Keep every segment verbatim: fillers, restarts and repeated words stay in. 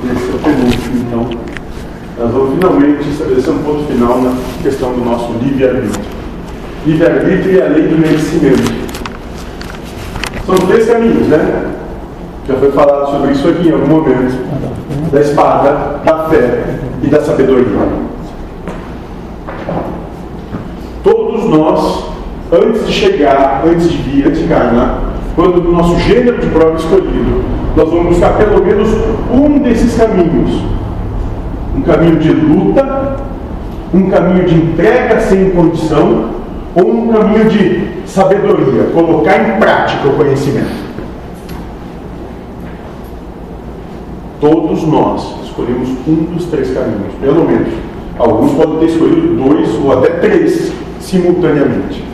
esse é o penúltimo, então. Nós vamos finalmente estabelecer um ponto final na questão do nosso livre-arbítrio. Livre-arbítrio e a lei do merecimento. São três caminhos, né? Já foi falado sobre isso aqui em algum momento. Da espada, da fé e da sabedoria. Todos nós, antes de chegar, antes de vir, antes de encarnar, quando o nosso gênero de prova escolhido, nós vamos buscar pelo menos um desses caminhos. Um caminho de luta, um caminho de entrega sem condição, ou um caminho de sabedoria, colocar em prática o conhecimento. Todos nós escolhemos um dos três caminhos, pelo menos. Alguns podem ter escolhido dois ou até três simultaneamente.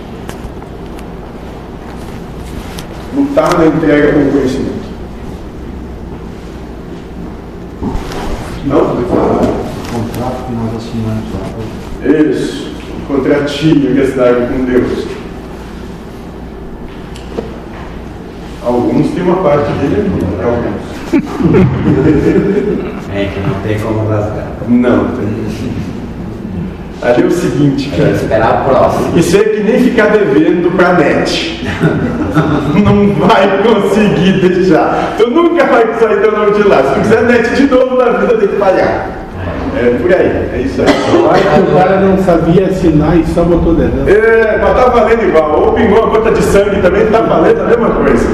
Lutar na entrega com o conhecimento. Não? O contrato que nós assinamos lá. Isso, o contratinho que assinava com Deus. Alguns têm uma parte dele ali, alguns. É que não tem como rasgar. Não tem. Ali é o seguinte, cara. Esperar a próxima. Isso é que nem ficar devendo pra net. Não vai conseguir deixar. Tu nunca vai sair teu nome de lá. Se tu quiser net de novo na vida, tem que pagar. É por aí, é isso aí. Vai que o cara não sabia assinar e só botou dedão. É, mas tá valendo igual. Ou pingou uma gota de sangue também, tá valendo a mesma coisa.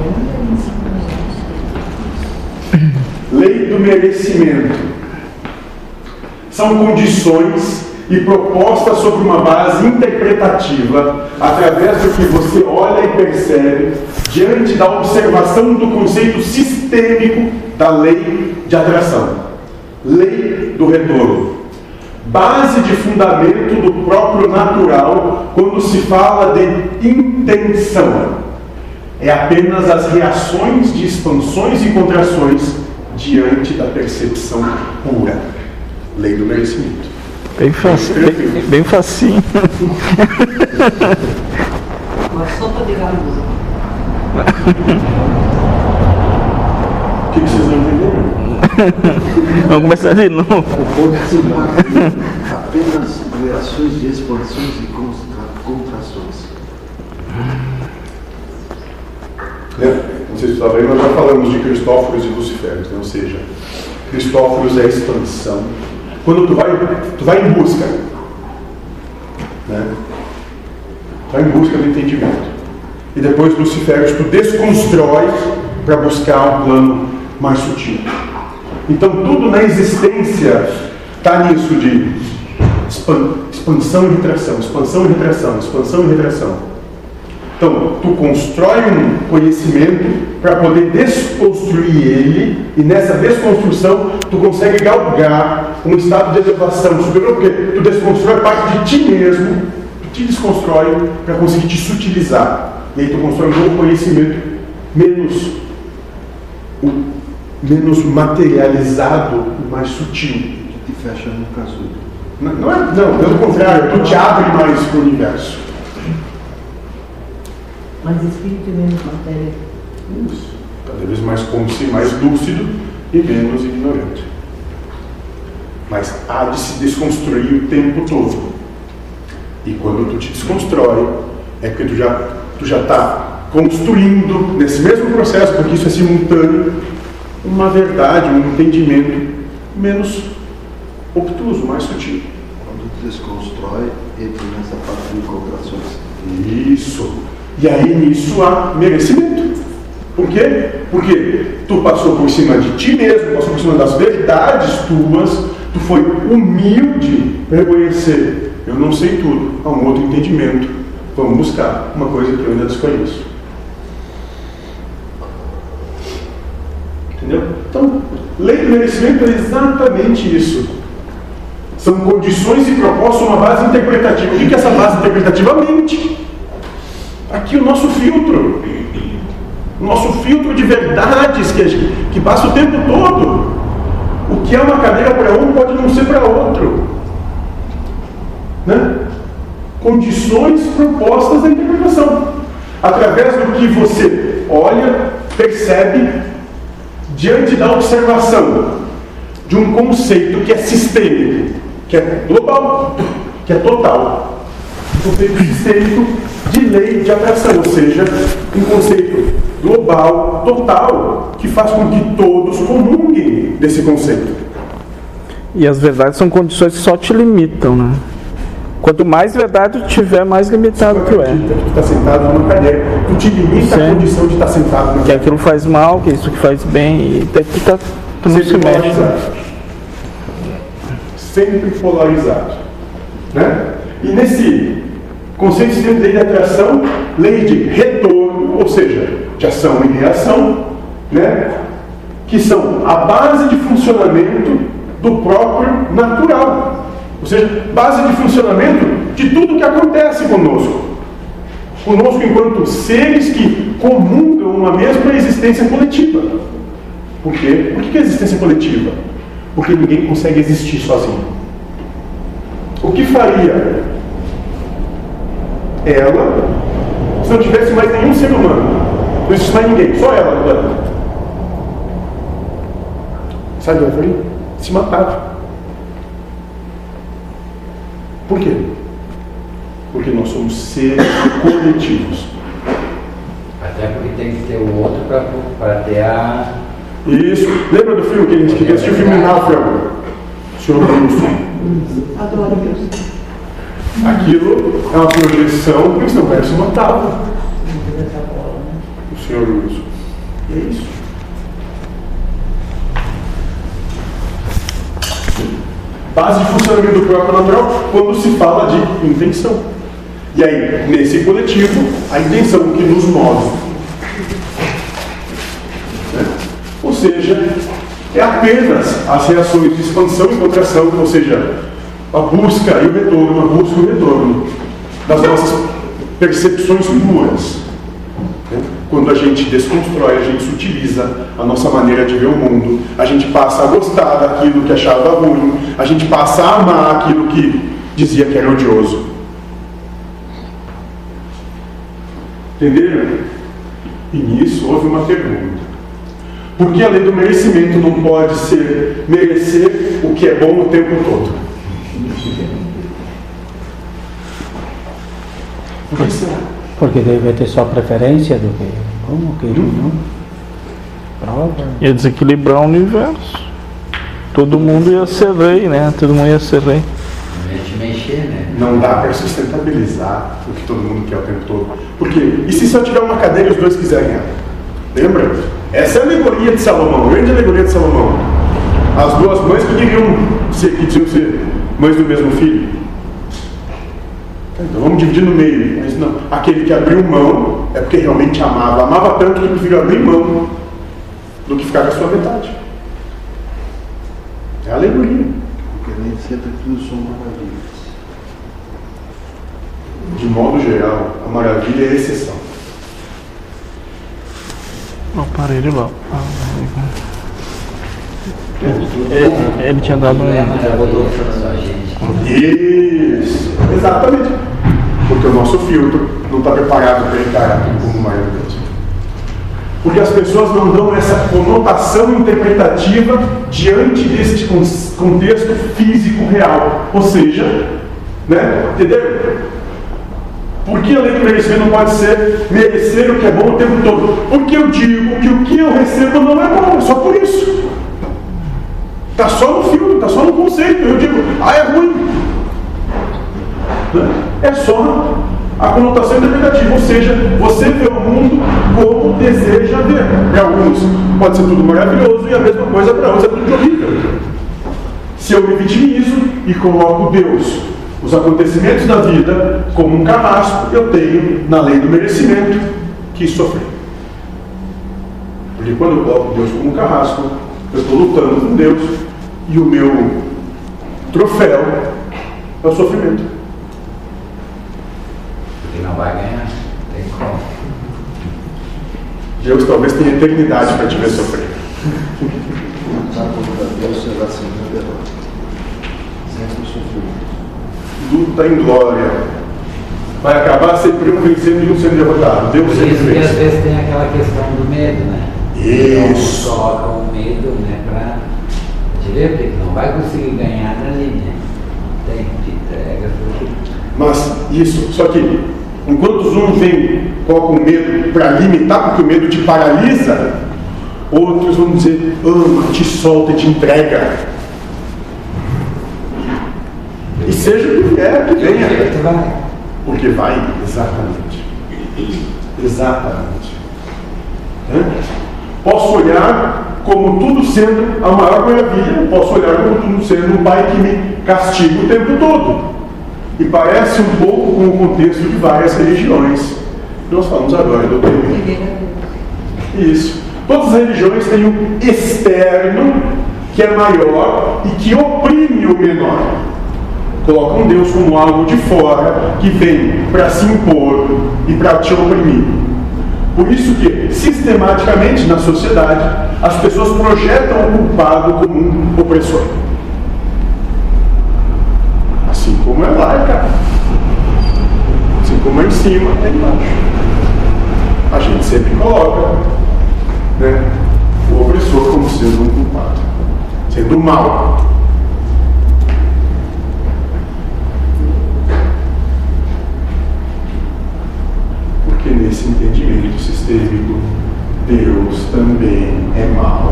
Lei do merecimento. São condições e propostas sobre uma base interpretativa, através do que você olha e percebe, diante da observação do conceito sistêmico da lei de atração. Lei do retorno. Base de fundamento do próprio natural quando se fala de intenção. É apenas as reações de expansões e contrações diante da percepção pura. Lei do merecimento. Bem fácil, bem, bem facinho. Mas só para ligar a luz. O que, que vocês não entenderam? Vamos começar de novo. O ponto apenas reações de expansões e contrações. É, não sei se você está vendo, nós já falamos de Cristóforos e Luciférios, né? Ou seja, Cristóforos é a expansão. Quando tu vai, tu vai em busca, né? Vai em busca do entendimento. E depois Luciférios tu desconstrói para buscar um plano mais sutil. Então tudo na existência está nisso de expansão e retração, expansão e retração, expansão e retração. Então, tu constrói um conhecimento para poder desconstruir ele, e nessa desconstrução tu consegue galgar um estado de elevação superior, porque tu desconstrói parte de ti mesmo, tu te desconstrói para conseguir te sutilizar, e aí tu constrói um novo conhecimento menos, menos materializado e mais sutil. Que te fecha no casulo. Não, não, é, não, pelo contrário, tu te abre mais para o universo. Mais espírito e menos matéria. Isso. Cada vez mais consciente, mais lúcido e menos ignorante. Mas há de se desconstruir o tempo todo. E quando tu te desconstrói, é porque tu já tu já está construindo, nesse mesmo processo, porque isso é simultâneo, uma verdade, um entendimento menos obtuso, mais sutil. Quando tu desconstrói, entra nessa parte de contrações. Isso. E aí nisso há merecimento. Por quê? Porque tu passou por cima de ti mesmo, passou por cima das verdades tuas, tu foi humilde para reconhecer, eu não sei tudo, há um outro entendimento, vamos buscar uma coisa que eu ainda desconheço. Entendeu? Então, lei do merecimento é exatamente isso. São condições e propostas uma base interpretativa. O que é essa base interpretativa? A mente. Aqui o nosso filtro, o nosso filtro de verdades que, gente, que passa o tempo todo. O que é uma cadeira para um pode não ser para outro, né? Condições propostas da interpretação, através do que você olha, percebe, diante da observação de um conceito que é sistêmico, que é global, que é total. Um conceito sistêmico de lei de atração, ou seja, um conceito global, total, que faz com que todos comunguem desse conceito. E as verdades são condições que só te limitam, né? Quanto mais verdade tu tiver, mais limitado tu é. Tu está sentado numa cadeira, tu te limita Sim. a condição de estar sentado numa Que aquilo faz mal, que isso que faz bem, e até que tá, tu não se sempre mexe. polarizado. Sempre polarizado. Né? E nesse conceito de lei de atração, lei de retorno, ou seja, de ação e reação, né? Que são a base de funcionamento do próprio natural. Ou seja, base de funcionamento de tudo que acontece conosco. Conosco enquanto seres que comungam uma mesma existência coletiva. Por quê? Por que é existência coletiva? Porque ninguém consegue existir sozinho. O que faria ela se não tivesse mais nenhum ser humano? Não existe mais ninguém, só ela no planeta. Sabe o que ela faria? Se matava. Por quê? Porque nós somos seres coletivos. Até porque tem que ter o outro para ter a... Isso. Lembra do filme que a gente assistiu o filme Náufrago? O senhor Wilson. Adoro Deus. Aquilo é uma projeção que não vai se matava. O senhor Wilson. E é isso. Base de funcionamento do próprio natural quando se fala de intenção. E aí, nesse coletivo, a intenção que nos move. Né? Ou seja, é apenas as reações de expansão e contração, ou seja, a busca e o retorno, a busca e o retorno das nossas percepções puras. Né? Quando a gente desconstrói, a gente sutiliza a nossa maneira de ver o mundo, a gente passa a gostar daquilo que achava ruim, a gente passa a amar aquilo que dizia que era odioso. Entenderam? E nisso houve uma pergunta. Por que a lei do merecimento não pode ser merecer o que é bom o tempo todo? Por que será? Porque deve ter só preferência do que como que não prova. Ia desequilibrar o universo. Todo mundo ia ser rei, né? Todo mundo ia ser rei. A gente mexer, né? Não dá para sustentabilizar o que todo mundo quer o tempo todo. Por quê? E se só tiver uma cadeira e os dois quiserem ela? Lembra? Essa é a alegoria de Salomão, a grande alegoria de Salomão. As duas mães que queriam ser, que diziam ser mães do mesmo filho. Então vamos dividir no meio. Mas não, aquele que abriu mão é porque realmente amava. Amava tanto que preferiu abrir mão do que ficar com a sua metade. É a alegoria. Porque nem sempre tudo são maravilhas. De modo geral, a maravilha é a exceção. O aparelho lá. Ele, ele tinha dado um. Já botou a gente. Isso, exatamente. Porque o nosso filtro não está preparado para encarar como maravilhoso. Porque as pessoas não dão essa conotação interpretativa diante deste contexto físico real. Ou seja, né? Entendeu? Por que a lei do merecimento não pode ser merecer o que é bom o tempo todo? Porque eu digo que o que eu recebo não é bom, é só por isso. Está só no filme, está só no conceito. Eu digo, ah, é ruim. É só a conotação interpretativa, ou seja, você vê o mundo como deseja ver. Para alguns pode ser tudo maravilhoso e a mesma coisa para outros é tudo horrível. Se eu me vitimizo e coloco Deus, os acontecimentos da vida, como um carrasco, eu tenho, na lei do merecimento, que sofrer. Porque quando eu coloco Deus como um carrasco, eu estou lutando com Deus e o meu troféu é o sofrimento. Porque não vai ganhar, tem como. Deus talvez tenha eternidade para te ver sofrer. Sabe quando Deus será sempre derrota? Sempre sofrimento. Luta em glória. Vai acabar sempre um vencendo e um sendo derrotado. Deus Por sempre isso que às vence. vezes tem aquela questão do medo, né? Isso. Então, coloca o medo, né, pra a Você vê porque não vai conseguir ganhar na linha. Tem, te entrega tudo. Mas isso, só que enquanto um vem, coloca o medo para limitar, porque o medo te paralisa, outros vão dizer, ama, te solta e te entrega. E seja o que vier, que venha. Porque vai. Porque vai, exatamente. Exatamente. Hã? Posso olhar como tudo sendo a maior maravilha, posso olhar como tudo sendo um pai que me castiga o tempo todo. E parece um pouco com o contexto de várias religiões. Nós falamos agora do tema. Isso. Todas as religiões têm um externo que é maior e que oprime o menor. Colocam Deus como algo de fora que vem para se impor e para te oprimir. Por isso que, sistematicamente na sociedade, as pessoas projetam o culpado como um opressor. Assim como é lá, é cá. Assim como é em cima, é embaixo. A gente sempre coloca, né, o opressor como sendo um culpado, sendo o mal. Porque nesse entendimento sistêmico, Deus também é mal.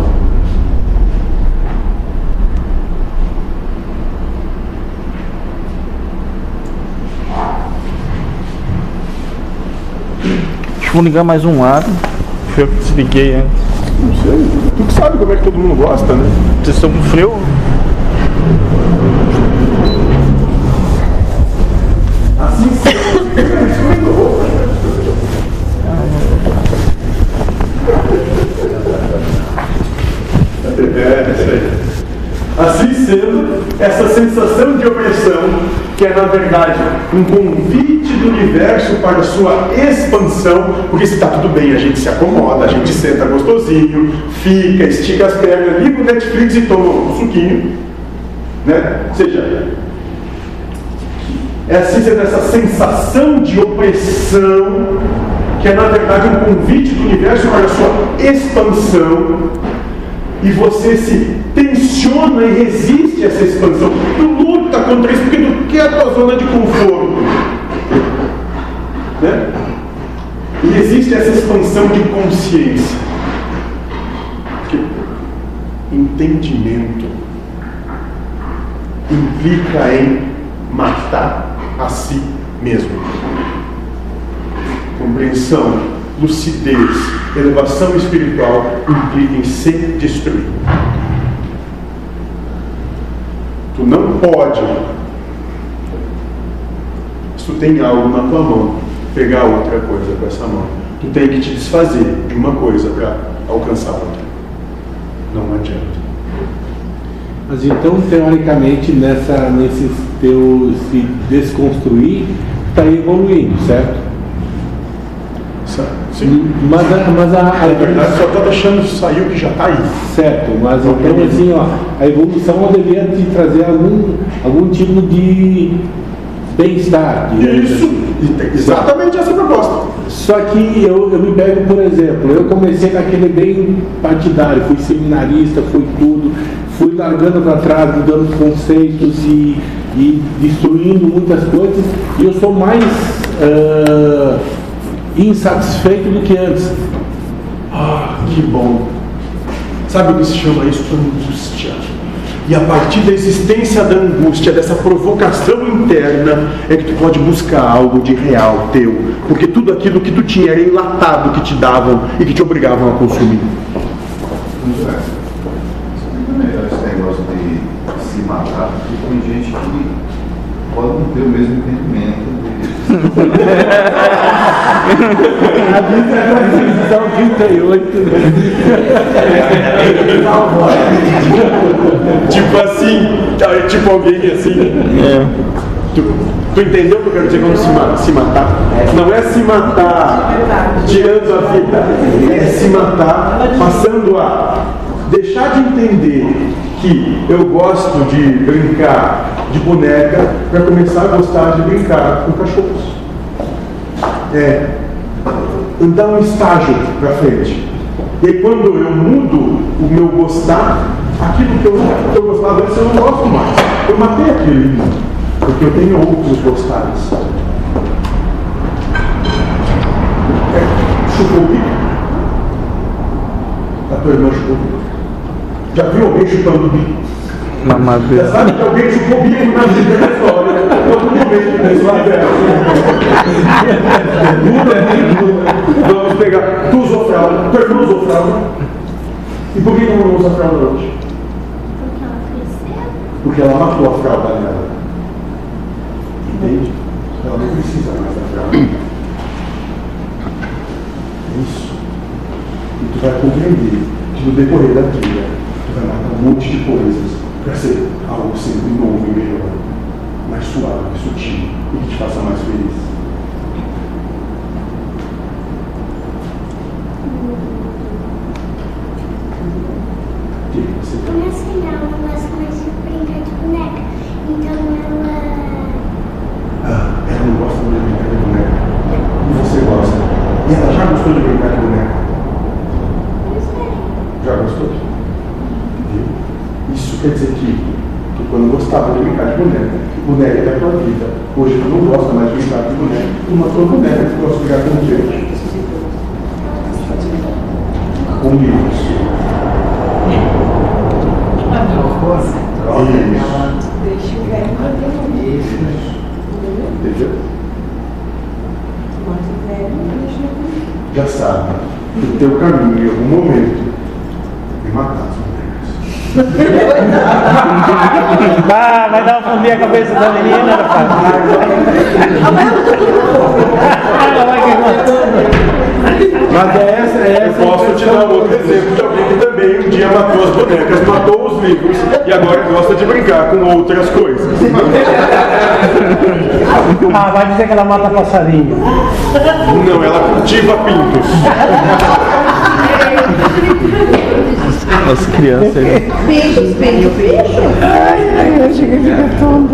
Deixa eu ligar mais um lado. Foi eu que desliguei antes. Não sei. Tu que sabe como é que todo mundo gosta, né? Vocês estão com frio? Assim sim. É, isso aí. Assim sendo, essa sensação de opressão, que é na verdade um convite do universo para a sua expansão, porque se está tudo bem, a gente se acomoda, a gente senta gostosinho, fica, estica as pernas, liga o Netflix e toma um suquinho, né? Ou seja, é assim sendo essa sensação de opressão, que é na verdade um convite do universo para a sua expansão, e você se tensiona e resiste a essa expansão. Tu luta contra isso porque tu quer a tua zona de conforto, né? E existe essa expansão de consciência, porque entendimento implica em matar a si mesmo. Compreensão, lucidez, elevação espiritual implica em se destruir. Tu não pode, se tu tem algo na tua mão, pegar outra coisa com essa mão. Tu tem que te desfazer de uma coisa para alcançar outra. Não adianta. Mas então, teoricamente, nessa, nesse teu se desconstruir, está evoluindo, certo? Sim. Mas a, mas a, a Na verdade, só está deixando sair o que já está aí. certo, mas então assim, ó, a evolução deveria te trazer algum, algum tipo de bem-estar. Isso, assim. exatamente essa proposta. Só que eu, eu me pego, por exemplo, eu comecei naquele bem partidário, fui seminarista, fui tudo, fui largando para trás, mudando conceitos e, e destruindo muitas coisas, e eu sou mais uh, insatisfeito do que antes. Ah, que bom. Sabe o que se chama isso? Angústia. E a partir da existência da angústia, dessa provocação interna, é que tu pode buscar algo de real teu. Porque tudo aquilo que tu tinha era enlatado que te davam e que te obrigavam a consumir. Muito é. É melhor esse negócio de se matar, porque tem gente que pode não ter o mesmo entendimento. A vida é a Constituição trinta e oito. Tipo assim, tipo alguém assim. É. Tu, tu entendeu o que eu quero dizer quando se, ma se matar? Não é se matar tirando a vida, é se matar passando a deixar de entender que eu gosto de brincar de boneca para começar a gostar de brincar com cachorros. É andar um estágio para frente. E aí, quando eu mudo o meu gostar aquilo que eu, que eu gostava antes eu não gosto mais. Eu matei aquele irmão, porque eu tenho outros gostáveis. Chupou o bico? A tua irmã chupou o bico. Já viu alguém chupando o bico? Mamadeira. Já sabe que alguém chupou o bico na vida da história. Todo momento que tem sua dela. Vamos pegar. Tu usou fralda. Tua irmã usou fralda. E por que não usa fralda hoje? Porque ela cresceu. Porque ela matou a fralda nela. Entende? Ela não precisa mais da fralda. Isso. E tu vai compreender que no decorrer da vida tu vai matar um monte de coisas para ser algo sempre novo e melhor, mais suave, sutil e que te faça mais feliz. O que você A minha filha, ela gosta mais de brincar de boneca. Então ela. Ah, ela não gosta muito de brincar de boneca. E você gosta. E ela já gostou de brincar de boneca? Eu sei. Já gostou? Viu? Isso quer dizer que, que quando gostava de brincar de boneca, boneca é a tua vida. Hoje tu não gosta mais de brincar de boneca. Tu matou a boneca, tu gosta de brincar com gente. Com livros. Deixa o velho manter o Isso. Entendeu? Já sabe que o teu caminho em algum momento é matar as bonecas. Ah, vai dar uma fundir a cabeça da menina, rapaz. Ela vai queimar tudo. Mas é essa, é essa. Eu posso te dar um outro exemplo de alguém que também um dia matou as bonecas, matou os livros e agora gosta de brincar com outras coisas. Ah, vai dizer que ela mata passarinho. Não, ela cultiva pintos. As crianças. Peixes, peixe, peixe. Ai, ai, eu cheguei a ficar tonto.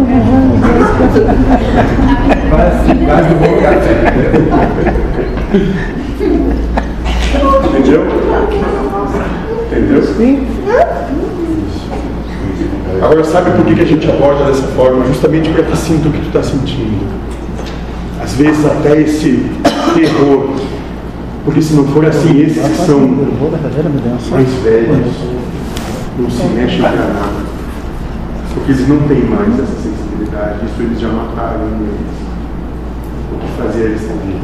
Quase do bocado. Entendeu? Entendeu? Sim. Agora, sabe por que que a gente aborda dessa forma? Justamente para que sinta o que tu está sentindo. Às vezes até esse terror. Porque se não for assim, esses que são mais velhos não se mexem para nada. Porque eles não têm mais essa sensibilidade. Isso eles já mataram eles. O que fazer eles também?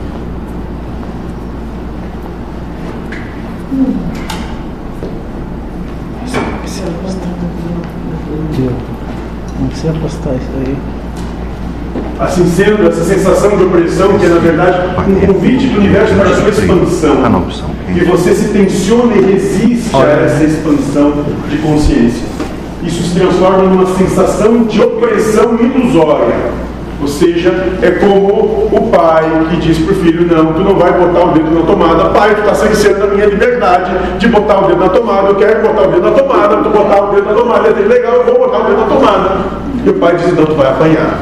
Não sei apostar isso aí. Assim sendo, essa sensação de opressão, que é na verdade um convite do universo para a sua expansão, que você se tensiona e resiste a essa expansão de consciência. Isso se transforma numa sensação de opressão ilusória. Ou seja, é como o pai que diz para o filho: não, tu não vai botar o dedo na tomada. Pai, tu está cerceando a minha liberdade de botar o dedo na tomada. Eu quero botar o dedo na tomada. Tu botar o dedo na tomada é bem legal, eu vou botar o dedo na tomada. E o pai diz: então tu vai apanhar.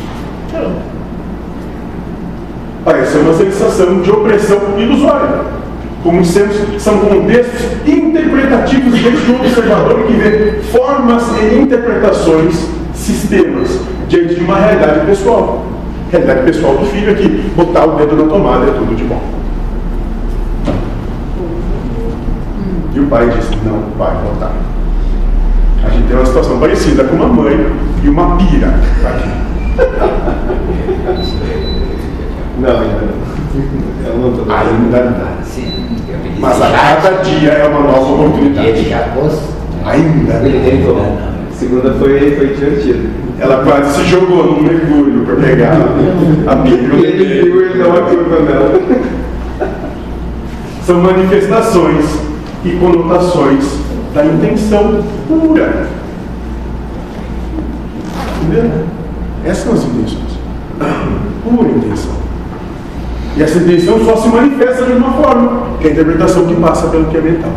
Parece uma sensação de opressão ilusória. Como sendo, são contextos interpretativos diante do observador que vê formas e interpretações, sistemas, diante de uma realidade pessoal. Realidade pessoal do filho é que botar o dedo na tomada é tudo de bom. E o pai disse: não vai botar. A gente tem uma situação parecida com uma mãe e uma pira aqui. Não, ainda não. Eu não estou ainda não. Mas a cada dia é uma nova oportunidade. Ainda não. Segunda foi, foi divertido. Ela quase se jogou num mergulho para pegar a Bíblia. E ele viu, ele não atirou nela. São manifestações e conotações da intenção pura. Entendeu? Essas são as intenções. Pura intenção. E essa intenção só se manifesta de uma forma, que é a interpretação que passa pelo que é mental.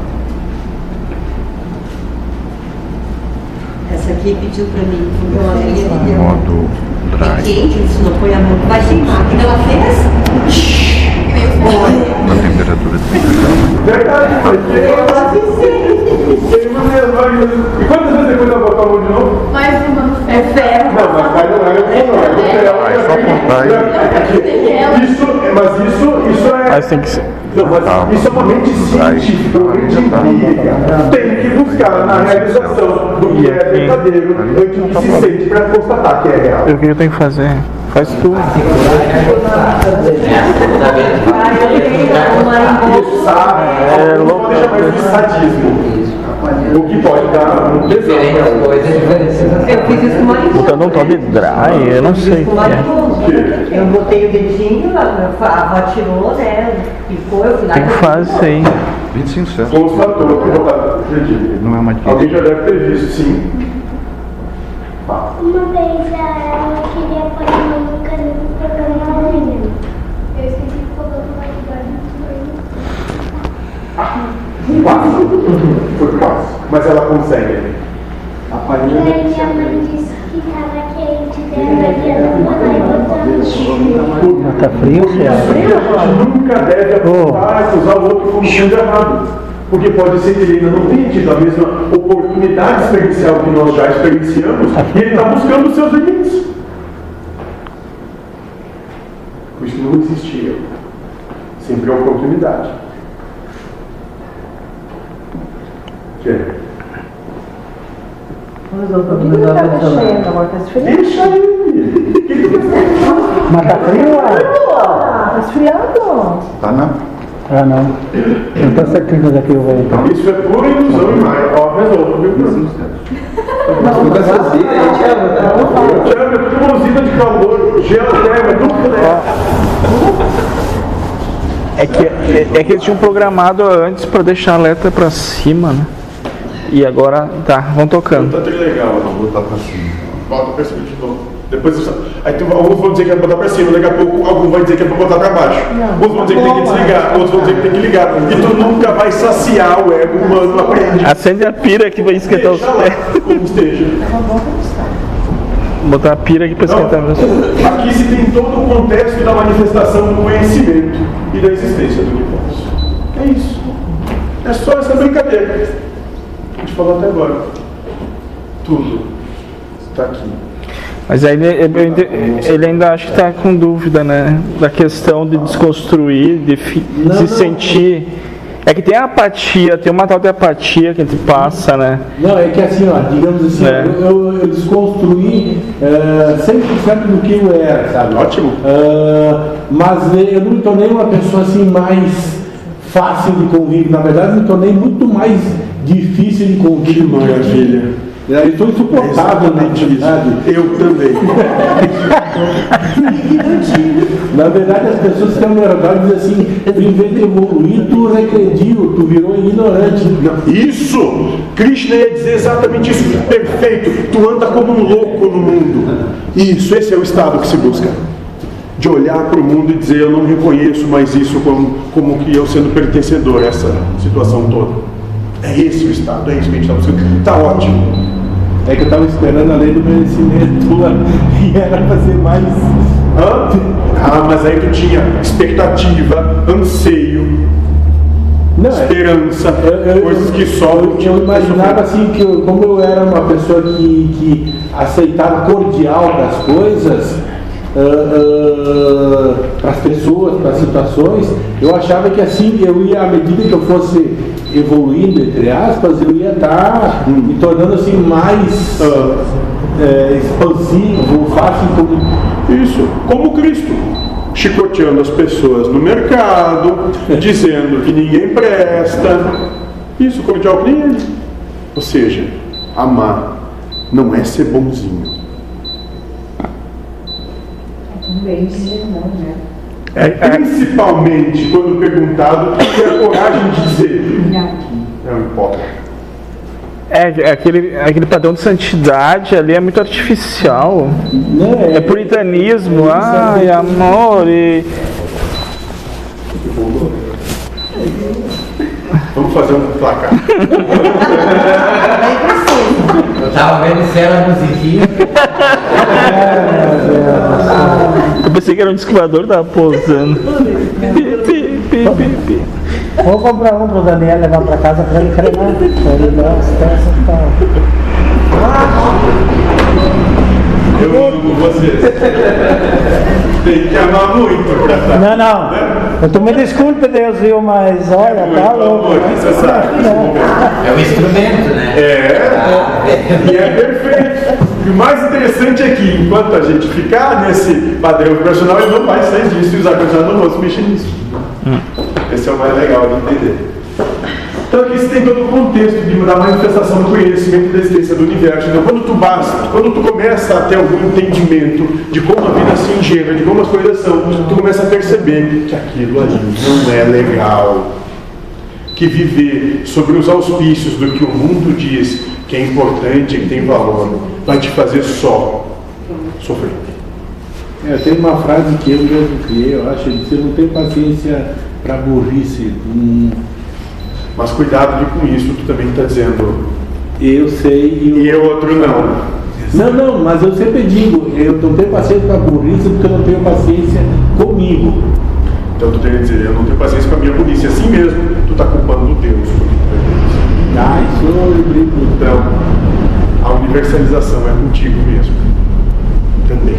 Essa aqui pediu pra mim, porque uma filha me deu. Modo É drive. quente, disse, não põe a mão, vai queimar. O que ela fez? Na temperatura de Verdade, mas tem uma, tem uma mesmo, vai mesmo. E quantas vezes depois ela botou a mão de novo? Mais uma no ferro. É ferro. Não, mas vai não é, não é. Ah, é só apontar aí. Isso, mas isso, isso é. Mas tem que ser. Não, mas isso é uma mente científica, uma mente empírica. Tem que buscar na realização do que é verdadeiro antes do que se sente para constatar que é real. E o que eu tenho que fazer? Faz tudo. É louco, chama de sadismo. O que pode dar um Diferentes tesão. coisas, diferentes. Eu fiz isso com mariposa. Botando um tal de dry, eu não sei o Com que é. mariposa. Eu botei o dedinho, a avó tirou, né? Ficou, eu fui lá. Tem que fazer isso aí. vinte e cinco centos. Constatou que botar, acredito. Não é uma dica. Alguém já deve ter visto, sim. Uma vez ela queria pôr a mão no canudo no programa da unha. Eu esqueci de colocar uma Quase. Foi quase. Mas ela consegue. A E palhinha aí minha mãe disse que estava quente dela e ela foi lá e botou no chão. Tá frio, Céu? nunca deve apontar e acusar o outro como sendo errado. Porque pode ser que ele ainda não tenha tido a mesma oportunidade experiencial que nós já experienciamos e ele está buscando os seus limites. Por isso que não existia. Sempre a oportunidade. Que? Deixa ele. Mas tá frio, ué? Tá esfriando. Tá não? Ah, não. Não tá certinho daqui, eu vou então. Isso é pura ilusão e mais. Ó, resolve, viu? Nunca sozinho, a gente ama, tá? Chama, tudo uma usina de calor, geoterma, tudo que der. É que, é, é que eles tinham programado antes pra deixar a alerta pra cima, né? E agora, tá, vão tocando. Tá tudo legal. Vou botar pra cima. Bota pra cima de novo. Depois, aí tu, alguns vão dizer que é pra botar pra cima, daqui a pouco alguns vão dizer que é pra botar pra baixo. Outros vão dizer que tem que desligar, outros vão dizer que tem que ligar. E tu nunca vai saciar o ego humano, aprende. Acende a pira aqui pra esquentar os Deixa lá, pés. como esteja. Botar a pira aqui pra esquentar meus pés. Não, aqui se tem todo o contexto da manifestação do conhecimento e da existência do universo. É isso. É só essa brincadeira que a gente falou até agora. Tudo está aqui. Mas aí ele, ele, ele ainda acha que está com dúvida, né? Da questão de desconstruir, de, fi, de Não, se não. sentir. É que tem a apatia, tem uma tal de apatia que a gente passa, né? Não, é que assim, ó, digamos assim, É. eu, eu, eu desconstruí eh, cem por cento do que eu era, sabe? Ótimo. Ah, mas eu não me tornei uma pessoa assim mais fácil de convívio. Na verdade, me tornei muito mais difícil de convívio. Que maravilha. Eu estou insuportável, na verdade. Eu também. Na verdade, as pessoas que estão me redor dizem assim, tu em vez de evoluir, tu regrediu, tu virou ignorante. Não, isso! Krishna ia dizer exatamente isso. Perfeito. Tu anda como um louco no mundo. Isso, esse é o estado que se busca. De olhar para o mundo e dizer, eu não reconheço mais isso como, como que eu sendo pertencedor a essa situação toda. É esse o estado, é isso que a gente está buscando. Está ótimo. É que eu estava esperando a lei do merecimento lá, e era para ser mais. Hã? Ah, mas aí tu tinha expectativa, anseio, Não, é- esperança, Eu- eu- coisas que só eu, eu imaginava assim que eu, como eu era uma pessoa que, que aceitava cordial das coisas para as pessoas, para as situações, eu achava que assim eu ia, à medida que eu fosse evoluindo, entre aspas, eu ia estar me tornando assim mais é, expansivo, fácil como. Isso, como Cristo, chicoteando as pessoas no mercado, dizendo que ninguém presta. Isso, cordial que nem ele. Ou seja, amar não é ser bonzinho. Também sermão, né? É principalmente quando perguntado, ter a coragem de dizer: não importa. É, é aquele, é aquele padrão de santidade ali é muito artificial. Não, É puritanismo, ai, amor e. Vamos fazer um placar. Eu tava vendo se era musiquinha. Eu pensei que era um disco voador, tava posando. Pi, pi, pi, pi, pi. Vou comprar um pro Daniel levar pra casa pra ele treinar. Pra ele dar as peças e tal. Eu amo vocês. Tem que amar muito pra estar. Não, não. Eu tu me desculpe, Deus, viu? Mas olha, tá louco. Você sabe. É um instrumento, né? É, e é perfeito. E o mais interessante é que, enquanto a gente ficar nesse padrão vibracional, ele não vai sair disso e usar condicionado no rosto, mexer nisso. Hum. Esse é o mais legal de entender. Então aqui você tem todo o contexto de, da manifestação do conhecimento da existência do universo. Então quando tu basta, quando tu começa a ter algum entendimento de como a vida se engenra, de como as coisas são, tu começa a perceber que aquilo ali não é legal. Que viver sobre os auspícios do que o mundo diz que é importante, que tem valor, vai te fazer só sofrer. É, tem uma frase que eu mesmo criei, eu acho, você não tem paciência para burrice. Hum. Mas cuidado de, com isso, tu também está dizendo. Eu sei e, eu... e o outro não. Não, não, mas eu sempre digo, eu não tenho paciência para burrice porque eu não tenho paciência comigo. Então tu tem que dizer, eu não tenho paciência com a minha burrice. Assim mesmo, tu está culpando Deus. Ah, isso eu lembrei. Então, a universalização é contigo mesmo. Também.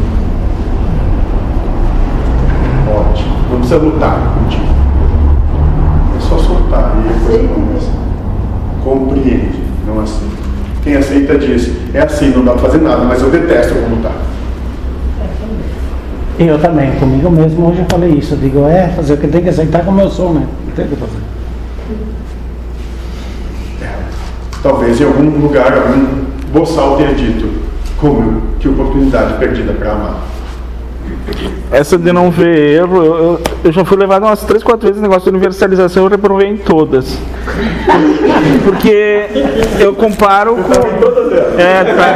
Ótimo. Não precisa lutar contigo. É só soltar e a coisa começa. Compreende, não aceita. Quem aceita diz, é assim, não dá para fazer nada, mas eu detesto como está. Eu também, comigo mesmo hoje eu falei isso. Eu digo, é, fazer o que tem que aceitar como eu sou, né? Não tem o que fazer. É. Talvez em algum lugar, algum boçal tenha dito, como que oportunidade perdida para amar. Essa de não ver erro, eu, eu, eu já fui levado umas três, quatro vezes no negócio de universalização, eu reprovei em todas. Porque eu comparo com. É, tá.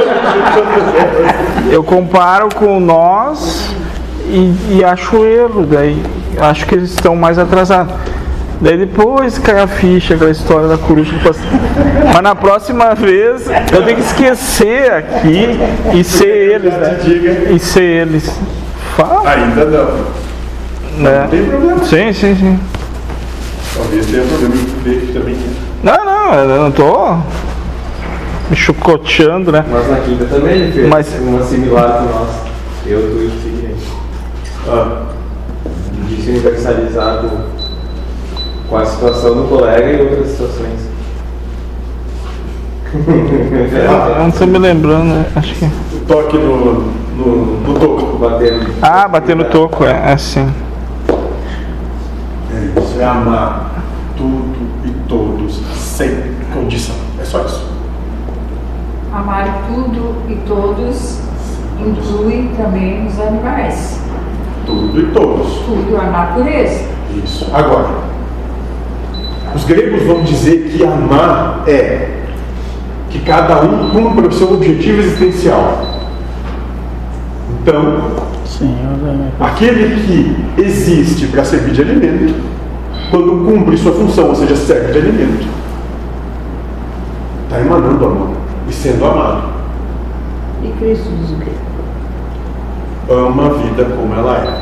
Eu comparo com nós e, e acho erro, daí acho que eles estão mais atrasados. Daí depois cai a ficha, aquela história da coruja. Mas na próxima vez eu tenho que esquecer aqui e ser eles, né? E ser eles. Fala. Ainda não. Não, é. Não tem problema. Sim, sim, sim. Talvez tenha problema que também. Não, não, eu não tô me chucoteando, né? Mas na quinta também ele fez Mas... uma similar com nós. Eu, tu e o seguinte. Ah. De se universalizar com, com a situação do colega e outras situações. Eu não estou me lembrando, né? Acho que. O toque no, no, no toco. Batendo. Ah, bater no toco, é assim. É isso, é amar tudo e todos sem condição. É só isso. Amar tudo e todos inclui também os animais. Tudo e todos. Tudo, a natureza. Isso. Agora, os gregos vão dizer que amar é que cada um cumpra o seu objetivo existencial. Então, Sim, aquele que existe para servir de alimento, quando cumpre sua função, ou seja, serve de alimento, está emanando amor e sendo amado. E Cristo diz o quê? Ama a vida como ela é,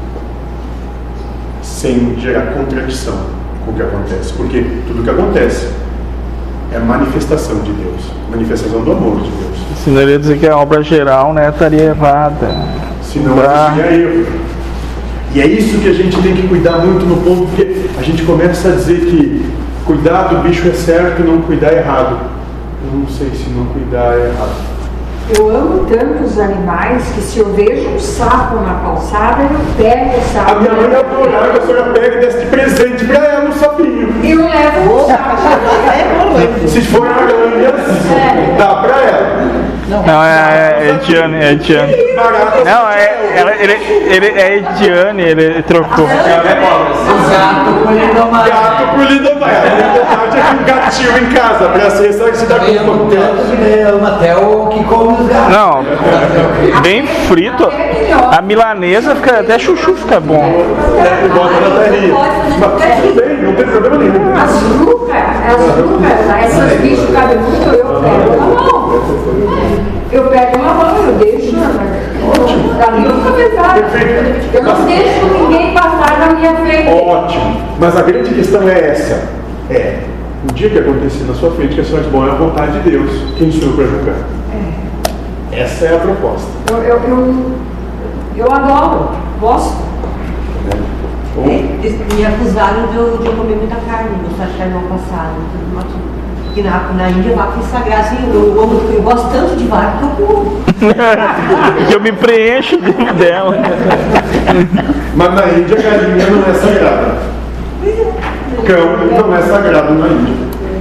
sem gerar contradição com o que acontece, porque tudo o que acontece é manifestação de Deus, manifestação do amor de Deus. Senão ele ia dizer que a obra geral, né, estaria errada. Senão existiria erro. E é isso que a gente tem que cuidar muito no ponto, porque a gente começa a dizer que cuidar do bicho é certo e não cuidar é errado. Eu não sei se não cuidar é errado. Eu amo tanto os animais que se eu vejo um sapo na calçada, eu pego o sapo. A minha mãe adorava, a senhora pega e desce de presente pra ela um sapinho. Eu levo o sapo. Se for aranhas, dá pra ela. Não, é, é Ediane, é Ediane. Não, é, ela, ele, ele é Ediane, ele trocou. Gato polidomar. Gato polidomar. Eu tinha um gatinho em casa pra ser, sabe que você dá com tanto que ele ama até o que come os gatos. Não, bem frito. A milanesa fica, até chuchu fica bom. É, bota na terrinha. Mas tudo bem, não tem problema nenhum. As rucas, as rucas, essas bichos cabeludos, eu pego na mão. Eu pego na mão, eu deixo. Ótimo. Ali eu exato. Perfeito. Eu não deixo ninguém passar na minha frente. Ótimo. Mas a grande questão é essa. É, o dia que acontecer na sua frente, que você vai dizer, bom, é a vontade de Deus. Quem sou eu para julgar? É. Essa é a proposta. Eu, eu, eu, eu adoro, gosto. É, me acusaram de eu, de eu comer muita carne, gostar de carne mal passada. Que na, na Índia vaca é sagrada, assim, eu, eu, eu gosto tanto de vaca que eu como. Que eu me preencho dela. Mas na Índia a galinha não é sagrada. Cão não é sagrado na Índia.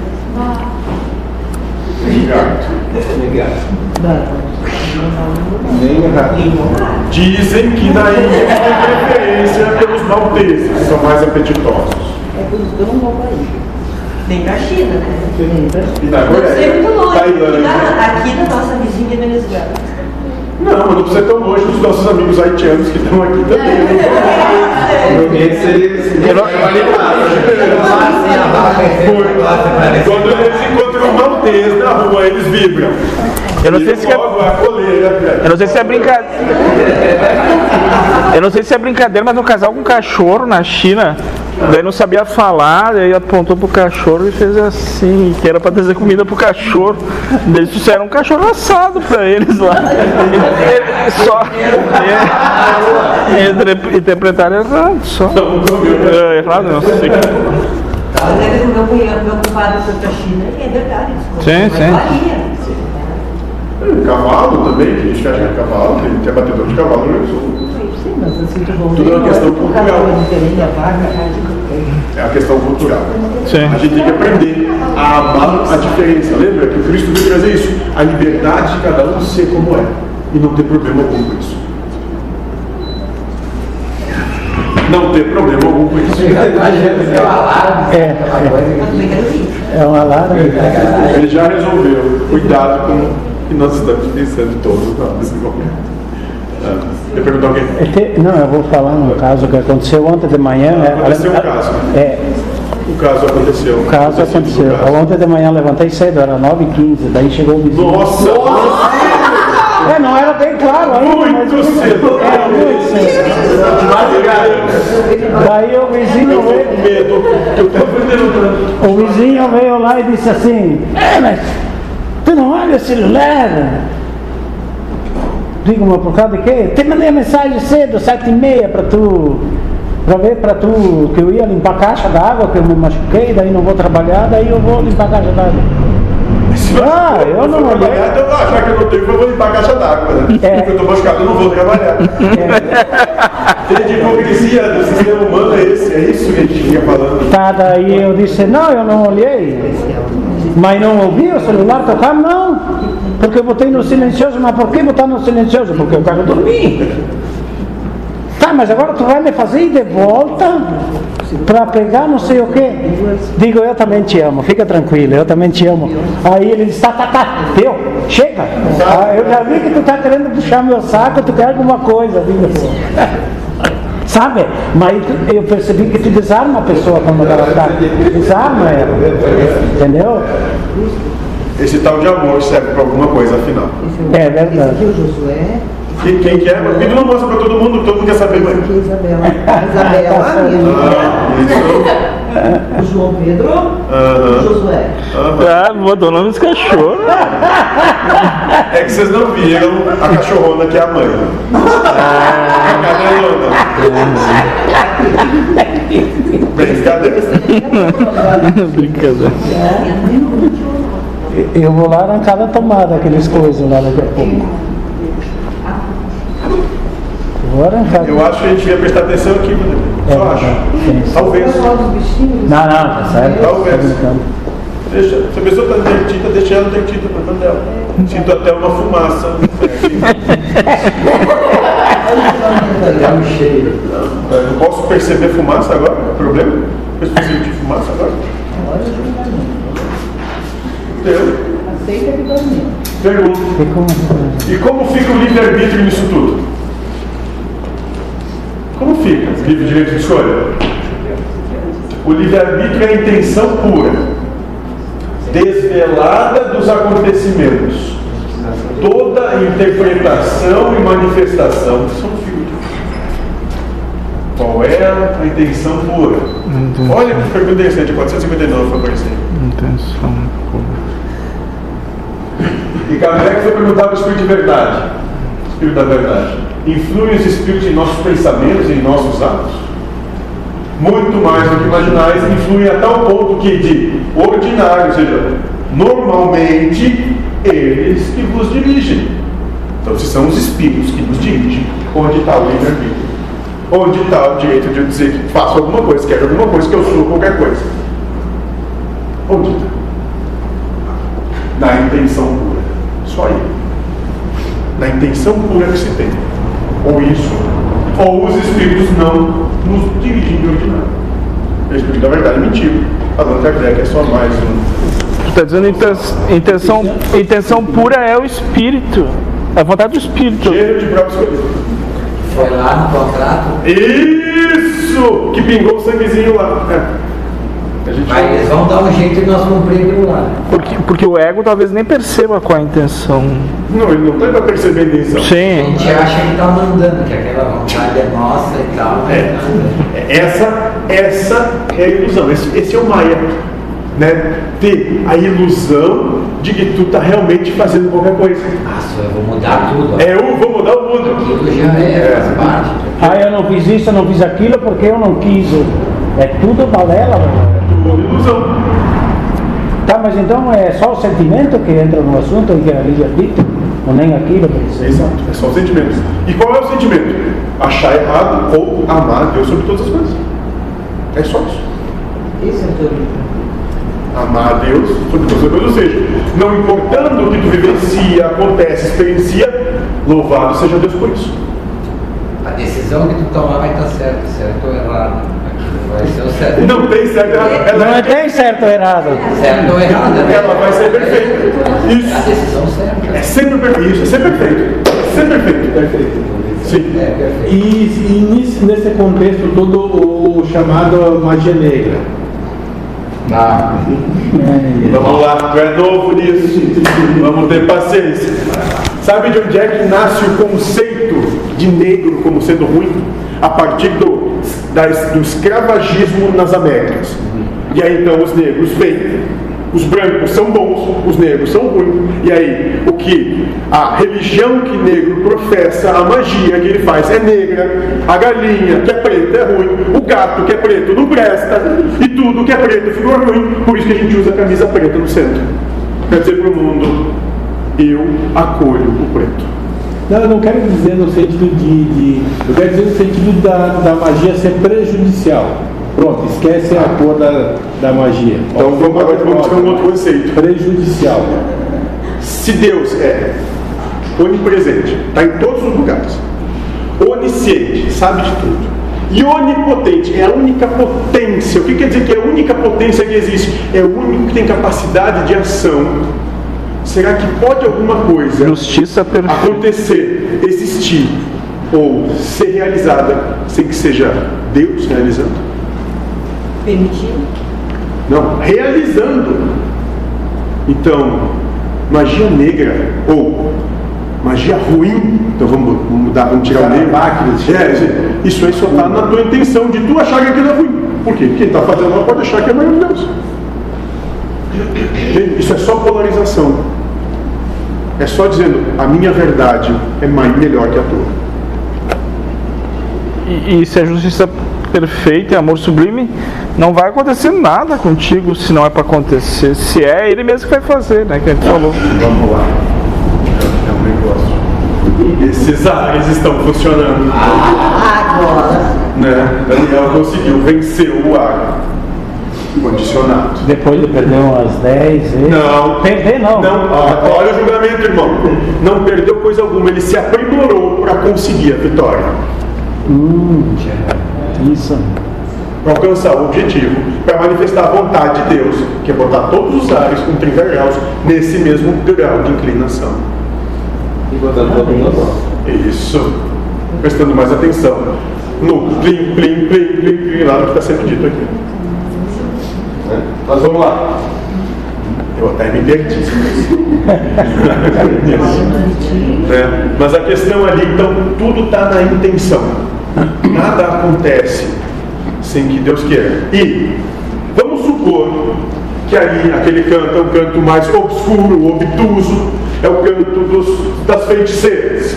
Nem gato. Nem gato. Nem gato. Dizem que na Índia tem preferência pelos malteses, que são mais apetitosos. É por isso que eu não vou para a Índia. Nem para a China, né? E na Não sei muito longe. Tailândia. Na, aqui da nossa vizinha Venezuela. Não, mas não precisa ser tão longe dos nossos amigos haitianos que estão aqui também. Quando eles encontram um maltês na rua, eles vibram. Eu não sei se é... Eu não sei se é brincadeira. Eu não sei se é brincadeira, mas um casal com um cachorro na China, daí não sabia falar, daí apontou pro cachorro e fez assim, que era pra trazer comida pro cachorro. Daí eles fizeram um cachorro assado pra eles lá. E, só. E, interpretaram errado, só. É, errado, não sei. Mas é que o meu cunhado, meu compadre foi pra China, e é verdade. Sim, sim. Varia. Cavalo também, que a gente acha que é cavalo, tem, tem batedor de cavalo no Sul. Sim, mas assim, tu tudo é uma questão cultural. É a questão cultural. Sim. A gente tem que aprender a amar a diferença. Lembra que o Cristo veio trazer isso? A liberdade de cada um ser como é. E não ter problema algum com isso. Não ter problema algum com isso. É, é, é um alarme. Ele já resolveu. Cuidado com o que nós estamos pensando todos nesse momento. Ah, você perguntou alguém? Não, eu vou falar um caso que aconteceu ontem de manhã. Aconteceu um caso. É. O caso aconteceu. O caso aconteceu. Caso. Ontem de manhã levantei cedo, era nove e quinze, daí chegou o vizinho. Nossa! É, não era bem claro ainda. Muito mas cedo! Era muito cedo. Daí o vizinho veio. O vizinho veio lá e disse assim: é, mas tu não olha o celular? Digo, mas por causa de quê? Te mandei a mensagem cedo, sete e meia, para tu, para ver para tu, que eu ia limpar a caixa d'água, que eu me machuquei, daí não vou trabalhar, daí eu vou limpar a caixa d'água. Ah, eu não vou trabalhar, então já que eu não tenho, eu vou limpar a caixa d'água, né? É. Porque eu estou machucado, eu não vou trabalhar. É. Tem de hipocrisia do sistema humano, é esse, é isso que a gente fica falando. Tá, daí eu disse, não, eu não olhei. Mas não ouvi o celular tocar? Não. Porque eu botei no silencioso. Mas por que botar no silencioso? Porque eu quero dormir. Tá, mas agora tu vai me fazer ir de volta para pegar não sei o quê. Digo, eu também te amo, fica tranquilo, eu também te amo. Aí ele disse, tá, tá, tá, deu, chega. Ah, eu já vi que tu tá querendo puxar meu saco, tu quer alguma coisa. Digo, sabe? Mas eu percebi que tu desarma a pessoa quando ela está. Desarma ela. Entendeu? Esse tal de amor serve para alguma coisa, afinal. É verdade. Esse aqui é o Josué. Quem, quem quer? Mas Pedro não mostra para todo mundo, todo mundo quer saber. Mas... Aqui é Isabela. Isabela, a minha. Ah, o João Pedro. Uh-huh. O Josué. Uh-huh. Ah, botou o nome dos cachorros. É que vocês não viram a cachorrona que é a mãe. A cadelona. Brincadeira. Brincadeira. Eu vou lá arrancar da tomada aqueles coisas lá daqui a pouco. Vou arrancar. Eu acho que a gente devia prestar atenção aqui, mano. Só É, acho. sim. Talvez. Não, não, tá certo. Talvez. Tá Deixa, se a pessoa está derretida, deixa ela derretida para dentro dela. Sinto até uma fumaça. É um cheiro. Eu não posso perceber fumaça agora? É problema? Eu preciso sentir fumaça agora? Deu. Aceita que dormiu. Pergunta. E como fica o livre-arbítrio nisso tudo? Como fica? Livre direito de escolha? O livre-arbítrio é a intenção pura, desvelada dos acontecimentos. Toda interpretação e manifestação, são figuras. Qual é a intenção pura? Intenção. Olha que pergunta interessante, quatrocentos e cinquenta e nove foi aparecer. Intenção pura. E Kardec foi perguntado ao Espírito de verdade. Espírito da verdade. Influem os Espíritos em nossos pensamentos e em nossos atos? Muito mais do que imaginais, influem a tal ponto que de ordinário, ou seja, normalmente, eles que vos dirigem. Então, se são os Espíritos que nos dirigem, onde está o livre-arbítrio? Onde está o direito de eu dizer que faço alguma coisa, quero alguma coisa, que eu sou qualquer coisa? Onde está? Na intenção pura. Só aí. Na intenção pura que se tem. Ou isso, ou os Espíritos não nos dirigem de ordinário. O Espírito da verdade é mentira. Falando Kardec é só mais um. Tu está dizendo inten- intenção, intenção pura é o Espírito. É a vontade do Espírito. Cheiro de próprio escolhido. Foi lá no contrato. Isso! Que pingou o sanguezinho lá. É. A gente Mas eles vão dar um jeito de nós cumprir aquilo lá. Porque, porque o ego talvez nem perceba qual é a intenção. Não, ele não está para perceber a intenção. A Sim. gente acha que está mandando, que aquela vontade é nossa e tal. É. Essa, essa é a ilusão. Esse, esse é o Maia. Né? Ter a ilusão de que tu está realmente fazendo qualquer coisa. Nossa, eu vou mudar tudo. ó. É, eu vou mudar o mundo. Aquilo já é, faz parte. Ah, eu não fiz isso, eu não fiz aquilo porque eu não quis. É tudo balela, velho. Tudo ilusão. Tá, mas então é só o sentimento que entra no assunto e que é livre-arbítrio? Ou nem aquilo? Porque... Exato, é só os sentimentos. E qual é o sentimento? Achar errado ou amar Deus sobre todas as coisas. É só isso. Isso é tudo. Amar a Deus sobre todas as coisas. Ou seja, não importando o que tu vivencia, acontece, experiencia, louvado seja Deus por isso. A decisão que tu tomar vai estar certa, certo ou errado. Aquilo vai ser o certo. Não tem certo ou errado. Ela, Não tem certo ou errado. Certo ou errado, né? ela vai ser perfeita. A Isso. decisão certa. É sempre perfeito. Isso, é sempre perfeito. É sempre perfeito. Perfeito. Sim. É, perfeito. E, e nisso- nesse contexto todo o chamado magia negra. Ah, Vamos lá, tu é novo nisso. Vamos ter paciência. Sabe de onde é que nasce o conceito de negro como sendo ruim? A partir do, da, do escravagismo nas Américas. E aí então os negros vêm, os brancos são bons, os negros são ruins. E aí o que a religião que negro professa, a magia que ele faz é negra, a galinha que é preta é ruim, o gato que é preto não presta, e tudo que é preto ficou ruim. Por isso que a gente usa a camisa preta no centro. Quer dizer para o mundo, eu acolho o preto. Não, eu não quero dizer no sentido de, de. Eu quero dizer no sentido da, da magia ser prejudicial. Pronto, esquece a cor da, da magia. Então vamos agora vamos buscar um outro conceito. Prejudicial. Se Deus é onipresente, está em todos os lugares, onisciente, sabe de tudo, e onipotente, é a única potência. O que quer dizer que é a única potência que existe? É o único que tem capacidade de ação. Será que pode alguma coisa Justiça perfeita. acontecer, existir ou ser realizada sem que seja Deus realizando? Permitido. Não, realizando. Então, magia negra ou magia ruim, então vamos mudar, vamos tirar o negro. É, isso aí só está na tua intenção de tu achar que aquilo é ruim. Por quê? Quem está fazendo mal pode achar que é maravilhoso. Isso é só polarização. É só dizendo, a minha verdade é mais, melhor que a tua. E, e se a justiça perfeita e amor sublime, não vai acontecer nada contigo se não é para acontecer. Se é, ele mesmo que vai fazer, né? Que a gente falou. Vamos lá. É um negócio. Esses ares estão funcionando. Agora. Né? Daniel conseguiu vencer o ar condicionado. Depois de perder umas dez vezes. Não. Perder não. Não, ó, olha o julgamento, irmão. Não perdeu coisa alguma, ele se aprimorou para conseguir a vitória. Hum, isso. Para alcançar o objetivo, para manifestar a vontade de Deus, que é botar todos os ares com trinta graus nesse mesmo grau de inclinação. E botando todo mundo normal. Isso. Prestando mais atenção no plim, plim, plim, plim, plim, lá no que está sendo dito aqui. Né? Nós vamos lá. Eu até me perdi. É. Mas a questão ali, então, tudo está na intenção. Na nada acontece sem que Deus queira. E vamos supor que ali aquele canto é um canto mais obscuro, obtuso, é o canto dos, das feiticeiras.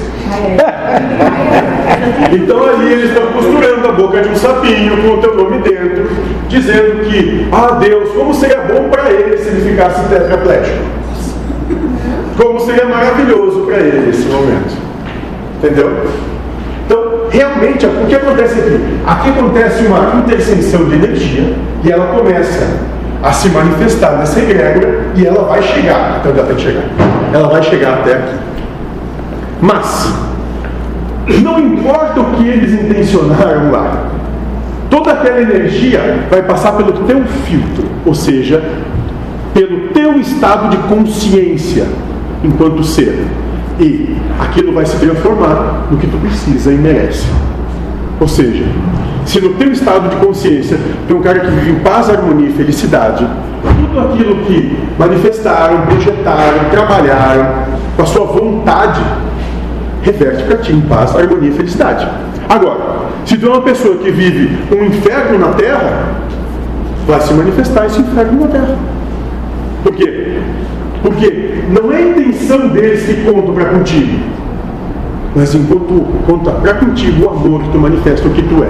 Então ali eles estão costurando a boca de um sapinho com o teu nome dentro, dizendo que, ah Deus, como seria bom para ele se ele ficasse tetraplégico. Como seria maravilhoso para ele esse momento. Entendeu? Então, realmente, o que acontece aqui? Aqui acontece uma interseção de energia e ela começa a se manifestar nessa egrégora e ela vai chegar, então ela tem que chegar. Ela vai chegar até aqui. Mas, não importa o que eles intencionaram lá, toda aquela energia vai passar pelo teu filtro, ou seja, pelo teu estado de consciência enquanto ser. E aquilo vai se transformar no que tu precisa e merece. Ou seja, se no teu estado de consciência tem um cara que vive em paz, harmonia e felicidade, tudo aquilo que manifestaram, projetaram, trabalharam com a sua vontade reverte para ti em paz, harmonia e felicidade. Agora, se tu é uma pessoa que vive um inferno na terra, vai se manifestar esse inferno na terra. Por quê? Porque não é a intenção deles que contam para contigo, mas enquanto conta para contigo o amor que tu manifesta, o que tu é.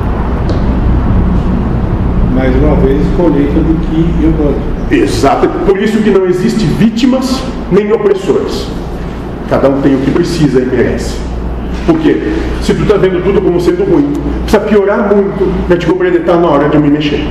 Mais uma vez, colheita do que eu gosto. Exato. Por isso que não existe vítimas nem opressores. Cada um tem o que precisa e merece. Por quê? Se tu está vendo tudo como sendo ruim, precisa piorar muito para te compreender, tá na hora de eu me mexer.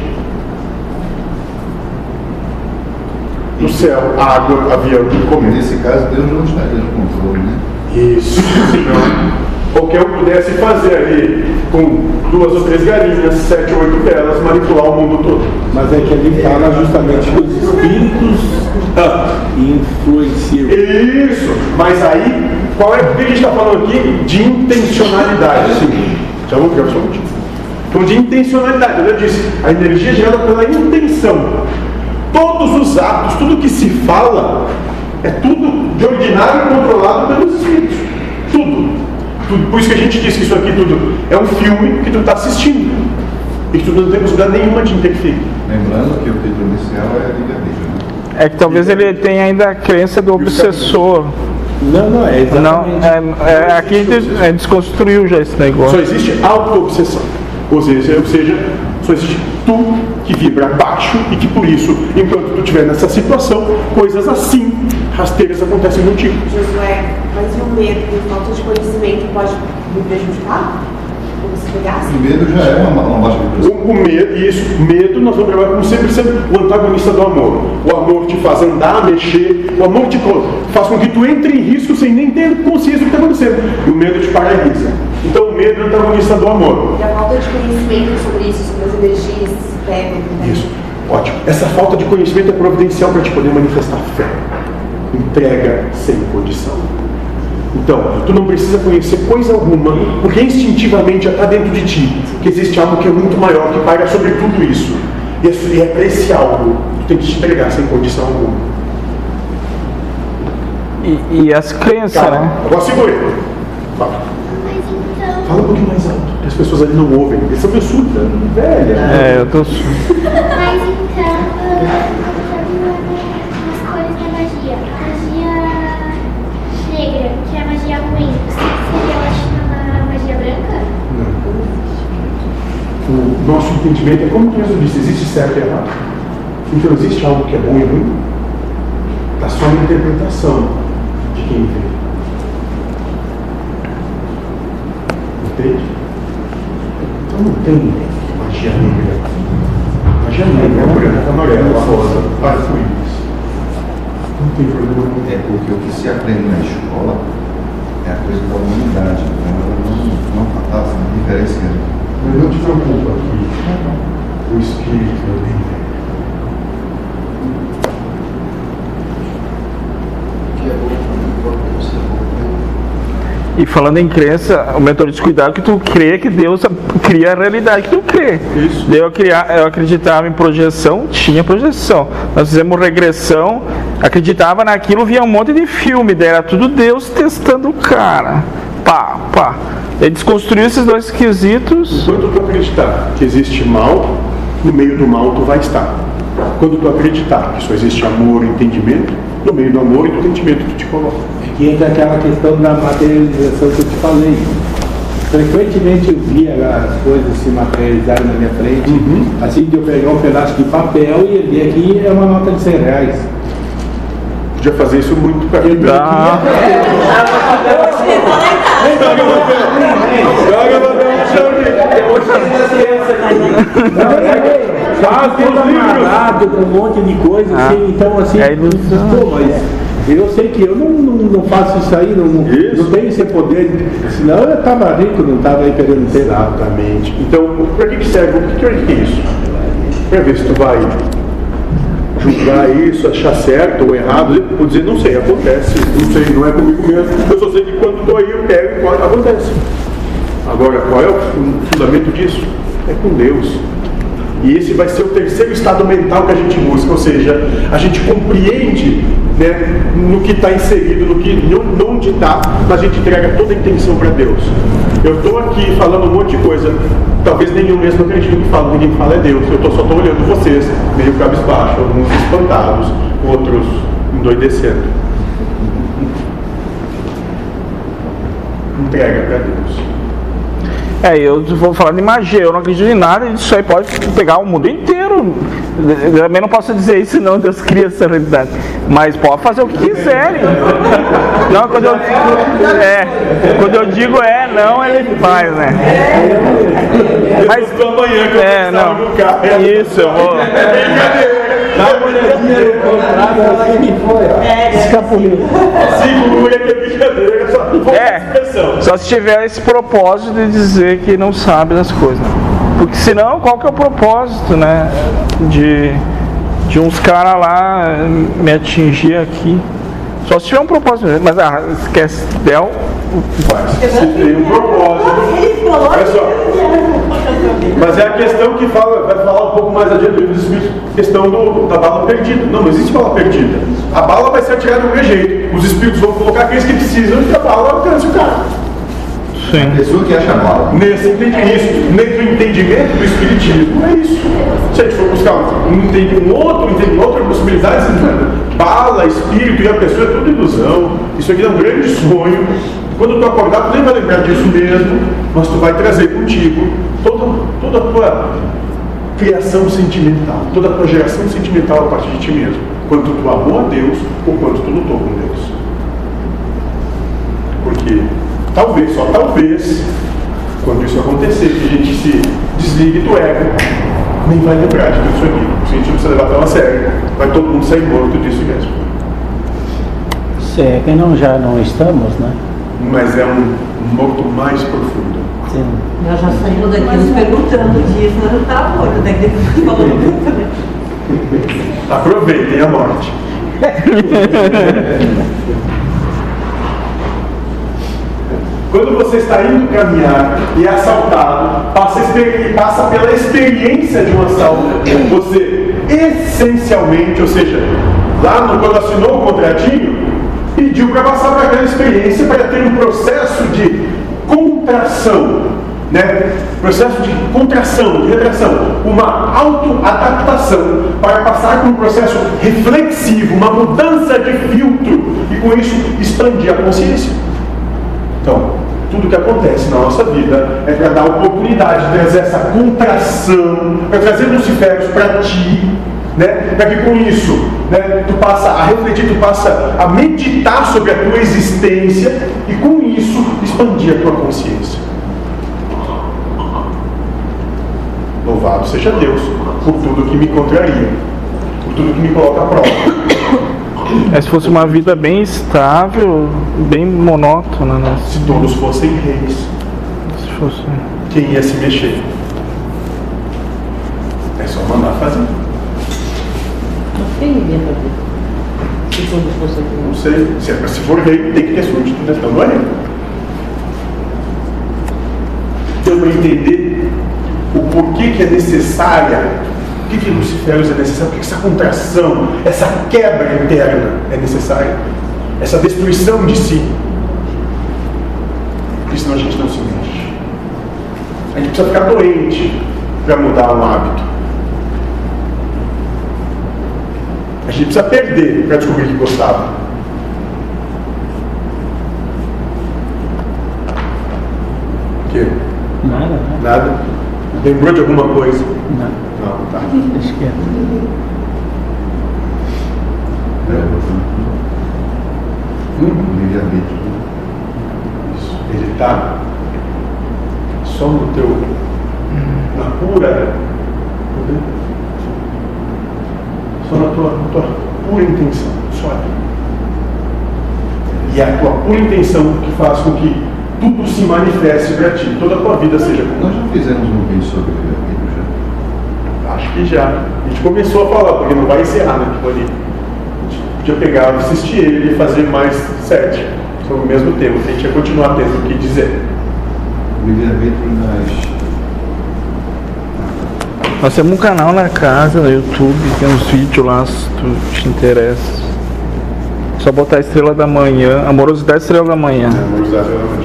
No céu, água, avião, comer. Nesse caso, Deus não estaria no controle, né? Isso. Senão, qualquer um pudesse fazer ali, com duas ou três galinhas, sete ou oito delas, manipular o mundo todo. Mas é que ele fala justamente que os espíritos ah, influenciam. Isso. Mas aí, qual é o que a gente está falando aqui? De intencionalidade. Sim. Já vou pegar só um motivo. Então, de intencionalidade. Eu já disse, a energia é gerada pela intenção. Todos os atos, tudo que se fala, é tudo de ordinário e controlado pelos espíritos. Tudo. tudo. Por isso que a gente diz que isso aqui tudo é um filme que tu está assistindo. E que tu não tem possibilidade nenhuma de interferir. Lembrando que o título inicial é livre-arbítrio, né? É que talvez ele tenha ainda a crença do obsessor. Não, não, é exatamente. Não, é, é, aqui é, desconstruiu já esse negócio. Só existe auto-obsessão. Ou seja, ou seja, só existe tu que vibra baixo e que por isso, enquanto tu estiver nessa situação, coisas assim, rasteiras acontecem contigo. Josué, mas e o medo e falta de conhecimento pode me prejudicar? Como se pegasse? O medo já é uma, uma baixa vibração. O, o medo, isso, medo nós vamos trabalhar como sempre sendo o antagonista do amor. O amor te faz andar, mexer, o amor te faz com que tu entre em risco sem nem ter consciência do que está acontecendo. E o medo te paralisa. Então o medo é o antagonista do amor. E a falta de conhecimento sobre isso, sobre as energias que se pegam. Né? Isso, ótimo. Essa falta de conhecimento é providencial para te poder manifestar fé. Entrega sem condição. Então, tu não precisa conhecer coisa alguma, porque instintivamente já está dentro de ti que existe algo que é muito maior, que paira sobre tudo isso. E é para esse algo tu tem que te entregar sem condição alguma. E, e as crenças, Calma, né? agora segura. Fala. Fala um pouquinho mais alto, que as pessoas ali não ouvem. Eles são pessoas velha. É, eu tô. Mas então, as cores da magia. A magia negra, que é a magia ruim, seria ótima na magia branca? Não. O nosso entendimento é como tu mesmo disse, existe certo e errado. Então existe algo que é bom e ruim. Está só na interpretação de quem vê. Entende? Então não tem magia negra. Magia negra é branca, amarela, rosa, arco-íris. Não tem problema nenhum. É porque o que se aprende na escola é a coisa da humanidade. Então não está diferenciando. Mas não te preocupa que o espírito é bem velho. E falando em crença, o mentor diz cuidado que tu crê que Deus cria a realidade que tu crê. Isso. Eu, criar, eu acreditava em projeção, tinha projeção. Nós fizemos regressão, acreditava naquilo, via um monte de filme, daí era tudo Deus testando o cara. pá, pá. Ele desconstruiu esses dois quesitos. Enquanto tu acreditar que existe mal, no meio do mal tu vai estar. Quando tu acreditar que só existe amor e entendimento, no meio do amor e do entendimento tu te coloca. É que entra aquela questão da materialização que eu te falei. Frequentemente eu via as coisas se materializarem na minha frente, uhum. assim de eu pegar um pedaço de papel e ele aqui é uma nota de cem reais. Podia fazer isso muito pra mim. Ah. Faz todo amarrado com um monte de coisa, ah. assim, então assim, é pô, mas eu sei que eu não, não, não faço isso aí, não, não, não tenho esse poder, senão eu estava rico, não estava aí querendo ter. Exatamente. Então, para que serve? O que é isso? Para ver se tu vai julgar isso, achar certo ou errado, ou dizer, não sei, acontece, não sei, não é comigo mesmo, eu só sei que quando estou aí eu pego e quando acontece. Agora, qual é o fundamento disso? É com Deus. E esse vai ser o terceiro estado mental que a gente busca, ou seja, a gente compreende, né, no que está inserido, no que não onde está, mas a gente entrega toda a intenção para Deus. Eu estou aqui falando um monte de coisa, talvez nenhum mesmo acredite no que falo, ninguém fala é Deus, eu tô, só estou olhando vocês, meio cabisbaixo, alguns espantados, outros endoidecendo. Entrega para Deus. É, eu vou falar de magia, eu não acredito em nada, isso aí pode pegar o mundo inteiro. Eu também não posso dizer isso, não, Deus cria essa realidade. Mas pode fazer o que quiserem. Não, quando eu, é, quando eu digo é, não, ele faz, né? Mas amanhã que eu é, não. Isso, eu vou. Dá uma olhadinha no contrato assim, foi, ó. Escapuliu. Segura que é brincadeira, só é, só se tiver esse propósito de dizer que não sabe das coisas. Porque senão, qual que é o propósito, né? De, de uns caras lá me atingir aqui. Só se tiver um propósito, mas ah, esquece Del. Se tem um propósito. Olha só. Mas é a questão que fala, vai falar um pouco mais adiante do Espírito, questão do, da bala perdida. Não, não existe bala perdida. A bala vai ser atirada do mesmo jeito. Os espíritos vão colocar aqueles que precisam e a bala alcance o cara. Sim. A pessoa que acha a bala. Nesse entendimento, dentro do entendimento do Espiritismo, é isso. Se a gente for buscar um, um outro, um outra possibilidade, bala, espírito e a pessoa é tudo ilusão. Isso aqui é um grande sonho. Quando tu acordar, tu nem vai lembrar disso mesmo, mas tu vai trazer contigo toda, toda a tua criação sentimental, toda a tua geração sentimental a partir de ti mesmo. Quanto tu amou a Deus ou quanto tu lutou com Deus. Porque talvez, só talvez, quando isso acontecer, que a gente se desligue do ego, nem vai lembrar de tudo isso aqui. Se a gente não precisa levar tão a sério, vai todo mundo sair morto disso mesmo. Se é que não, já não estamos, né? Mas é um morto mais profundo. Sim. Nós já saímos daqui nos perguntando disso, nós não estávamos mortos, daqui que falou muito, né? Aproveitem a morte. Quando você está indo caminhar e é assaltado, passa, passa pela experiência de um assalto, você essencialmente, ou seja, lá no, quando assinou o contratinho, pediu para passar por aquela experiência para ter um processo de contração, né? Processo de contração, de retração, uma autoadaptação para passar por um processo reflexivo, uma mudança de filtro e com isso expandir a consciência. Então, tudo que acontece na nossa vida é para dar oportunidade de trazer essa contração, para trazer luciférios para ti, né? Para que com isso, né, tu passa a refletir, tu passa a meditar sobre a tua existência e com isso expandir a tua consciência. Louvado seja Deus por tudo que me contraria, por tudo que me coloca à prova. É, se fosse uma vida bem estável, bem monótona, né? Se todos fossem reis, se fosse... quem ia se mexer? É só mandar fazer. Quem iria fazer? Se todos fossem reis? Não sei. Se, é, se for rei, tem que ter súdito, né? Então não é rei. Deu para entender o porquê que é necessária. Por que que Luciférios é necessário? Por que essa contração, essa quebra interna é necessária? Essa destruição de si. porque senão a gente não se mexe. A gente precisa ficar doente para mudar um hábito. A gente precisa perder para descobrir que gostava. O quê? Nada. Nada? Lembrou de alguma coisa? Não. Não, tá. Deixa quieto. Livre-arbítrio. Isso. Ele está só no teu, na pura, só na tua, na tua pura intenção, só ali. E é a tua pura intenção que faz com que tudo se manifeste para ti, toda a tua vida seja como. Nós já fizemos um vídeo sobre livre-arbítrio já. Acho que já. A gente começou a falar, porque não vai encerrar naquilo ali. A gente podia pegar, assistir ele e fazer mais sete sobre o mesmo tema. A gente ia continuar tendo o que dizer. Livre-arbítrio nas. Nós temos um canal na casa, no YouTube, tem uns vídeos lá se tu te interessa. Só botar a Estrela da Manhã, Amorosidade Estrela da Manhã. É, Amorosidade Estrela da Manhã.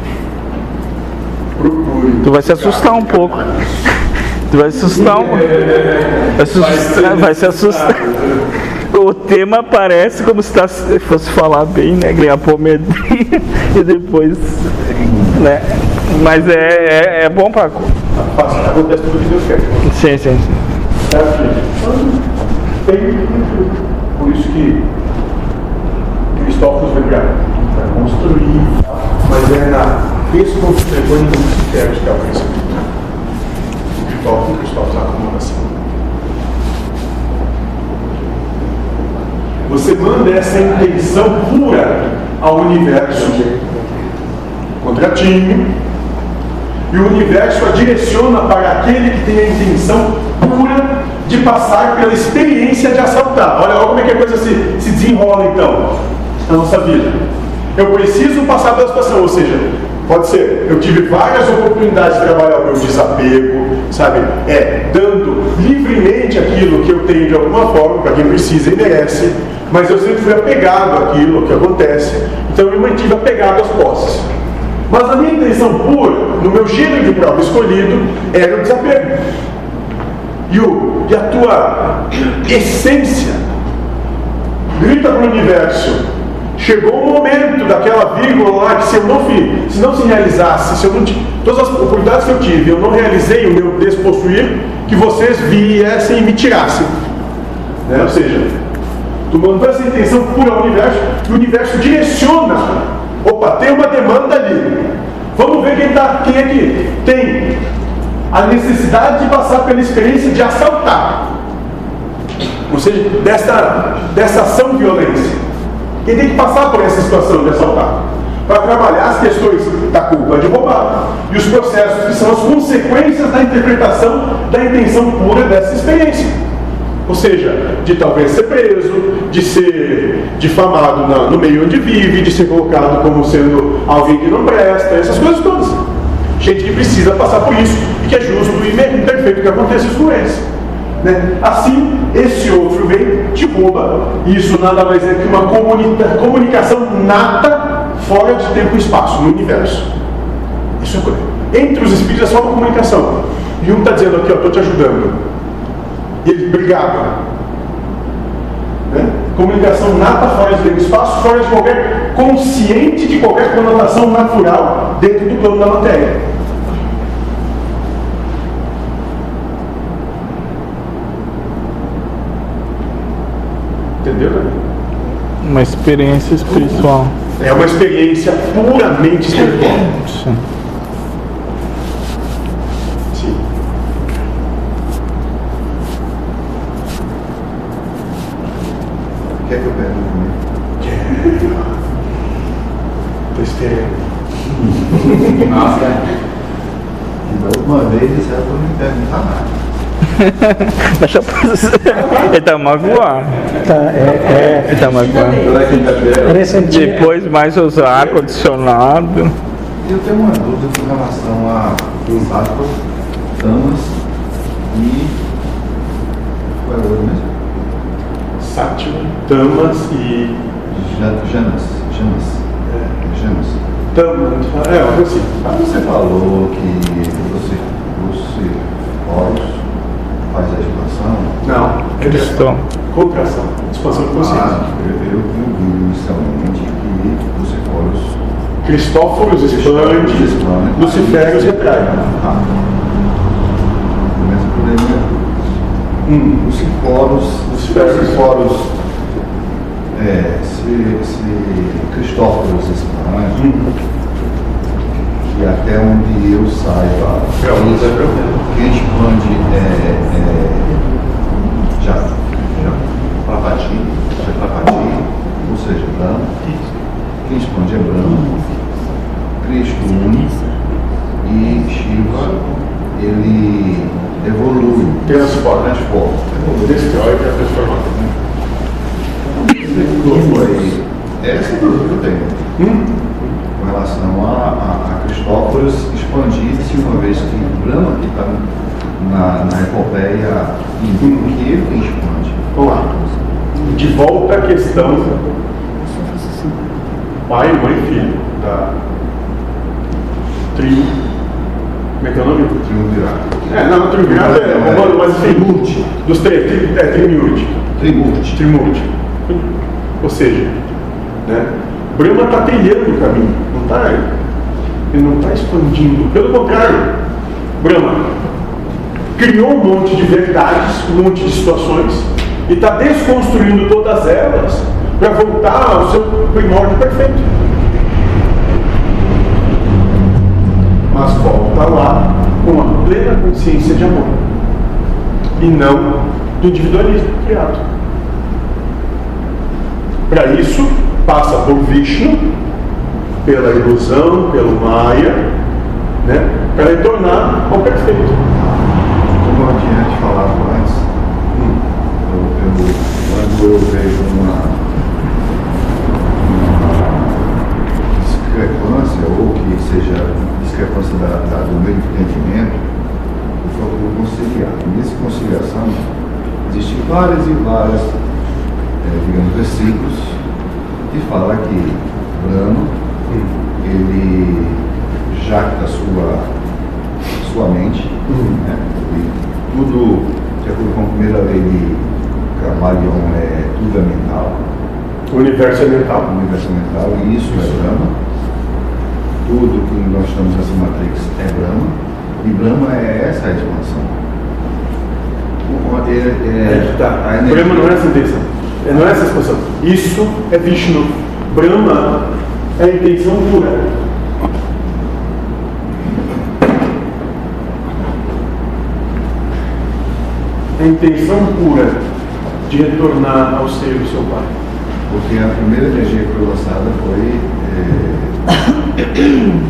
Procure. Tu vai se assustar um pouco. Tu vai se assustar um pouco. Vai se assustar. Vai se assustar. O tema parece como se tá, fosse falar bem, né? Ganhar pomedrinha e depois. Né? Mas é, é, é bom, Paco. Acontece tudo que Deus quer. Sim, sim, sim. Tem, por isso que Cristóforos vai para construir, mas é na desconstrução dos critérios que é o princípio. Cristóforos, Cristóforos acomodação. Você manda essa intenção pura ao universo, contratinho, e o universo a direciona para aquele que tem a intenção pura de passar pela experiência de assaltar. Olha, olha como é que a coisa se, se desenrola então na nossa vida. Eu preciso passar pela situação, ou seja, pode ser, eu tive várias oportunidades de trabalhar o meu desapego, sabe? É, dando livremente aquilo que eu tenho de alguma forma, para quem precisa e merece, mas eu sempre fui apegado àquilo que acontece, então eu me mantive apegado às posses. Mas a minha intenção pura, no meu gênero de prova escolhido, era o desapego. E, o, e a tua essência grita para o universo: chegou o momento daquela vírgula lá que se eu não fiz, se não se realizasse, se eu não todas as oportunidades que eu tive, eu não realizei o meu despossuir, que vocês viessem e me tirassem. Né? Ou seja, tu mandou essa intenção pura ao universo, e o universo direciona. Opa, tem uma demanda ali. Vamos ver quem, tá, quem é que tem a necessidade de passar pela experiência de assaltar. Ou seja, dessa, dessa ação violência. Quem tem que passar por essa situação de assaltar? Para trabalhar as questões da culpa de roubar e os processos que são as consequências da interpretação da intenção pura dessa experiência. Ou seja, de talvez ser preso, de ser difamado na, no meio onde vive, de ser colocado como sendo alguém que não presta, essas coisas todas. Gente que precisa passar por isso e que é justo e perfeito que aconteça isso com eles. Né? Assim, esse outro vem, te rouba. Isso nada mais é que uma comunica, comunicação nata fora de tempo e espaço, no universo. Isso é, entre os espíritos é só uma comunicação. E um está dizendo aqui, ó, estou te ajudando. E ele, obrigado. Né? Comunicação nata fora de tempo e espaço, fora de qualquer, consciente de qualquer conotação natural dentro do plano da matéria. Entendeu? Né? Uma experiência espiritual. É uma experiência puramente espiritual. Sim. Sim. Quer que eu pergunte comigo? Quer. Tô esperando. Nossa. Da última vez disseram para não me perguntar nada. Deixa eu... Ele tá magoado. Tá, é, Ele tá magoado. é, recentemente, Depois mais os ar-condicionado. Eu tenho uma dúvida com relação a Sattva, Tamas e. Qual é o outro mesmo? Sattva, Tamas e Ja- Janas. Janas. é, Janas. Então, é, algo assim. Você falou que você, você olhos faz a expansão? Não, Questão. contração, expansão de consciência. Ah, eu, eu vi inicialmente que você olhos. Cristóforos expande, Luciférios retrai. Ah. Mas o problema é Hum. os poros, os poros, é, se, se Cristóforos expande, Hum. e até onde eu saiba, quem expande é, é já, já Prapati, já Prapati, ou seja, Brahma. Quem expande é Brahma, Cristo une e Shiva, ele evolui, Transforma. transforma. Destrói para transformar. Essa é a dúvida que eu tenho. Hum? Com relação a, a, a Cristóforos expandir-se, uma vez que Brahma, que está na, na epopeia hindu, que ele expande. Vamos lá. De volta à questão pai, mãe e filho da trio. Como é que é o nome? Triunvirato. É, não, triunvirato é romano, mas enfim, dos três, tri, é Trimurti. Trimurti. Trimurti. Ou seja, né, Brahma está trilhando o caminho, não está, ele não está expandindo. Pelo contrário, Brahma criou um monte de verdades, um monte de situações, e está desconstruindo todas elas para voltar ao seu primórdio perfeito. Mas volta lá com a plena consciência de amor e não do individualismo criado. Para isso, passa por Vishnu, pela ilusão, pelo Maya, né, para retornar ao perfeito. Como eu tinha te falado antes, Hum. eu, eu, quando eu vejo uma, uma discrepância, ou que seja discrepância da, da, do meu entendimento, eu procuro conciliar. E nessa conciliação, existem várias e várias, é, digamos, versículos que falam que Brahma, Hum. ele jacta sua, sua mente, Hum. né? Ele, tudo, de acordo com a primeira lei de Kramarion, é, tudo é mental, O universo é mental. o universo é mental, e isso é Brahma. Tudo que nós estamos nessa matrix é Brahma, e Brahma é essa a expansão. O- É, é, É, tá. a energia- Brahma não é essa intenção. É, não é essa expansão. Isso é Vishnu. Brahma é a intenção pura. A intenção pura de retornar ao seio do seu pai. Porque a primeira energia que foi lançada foi é,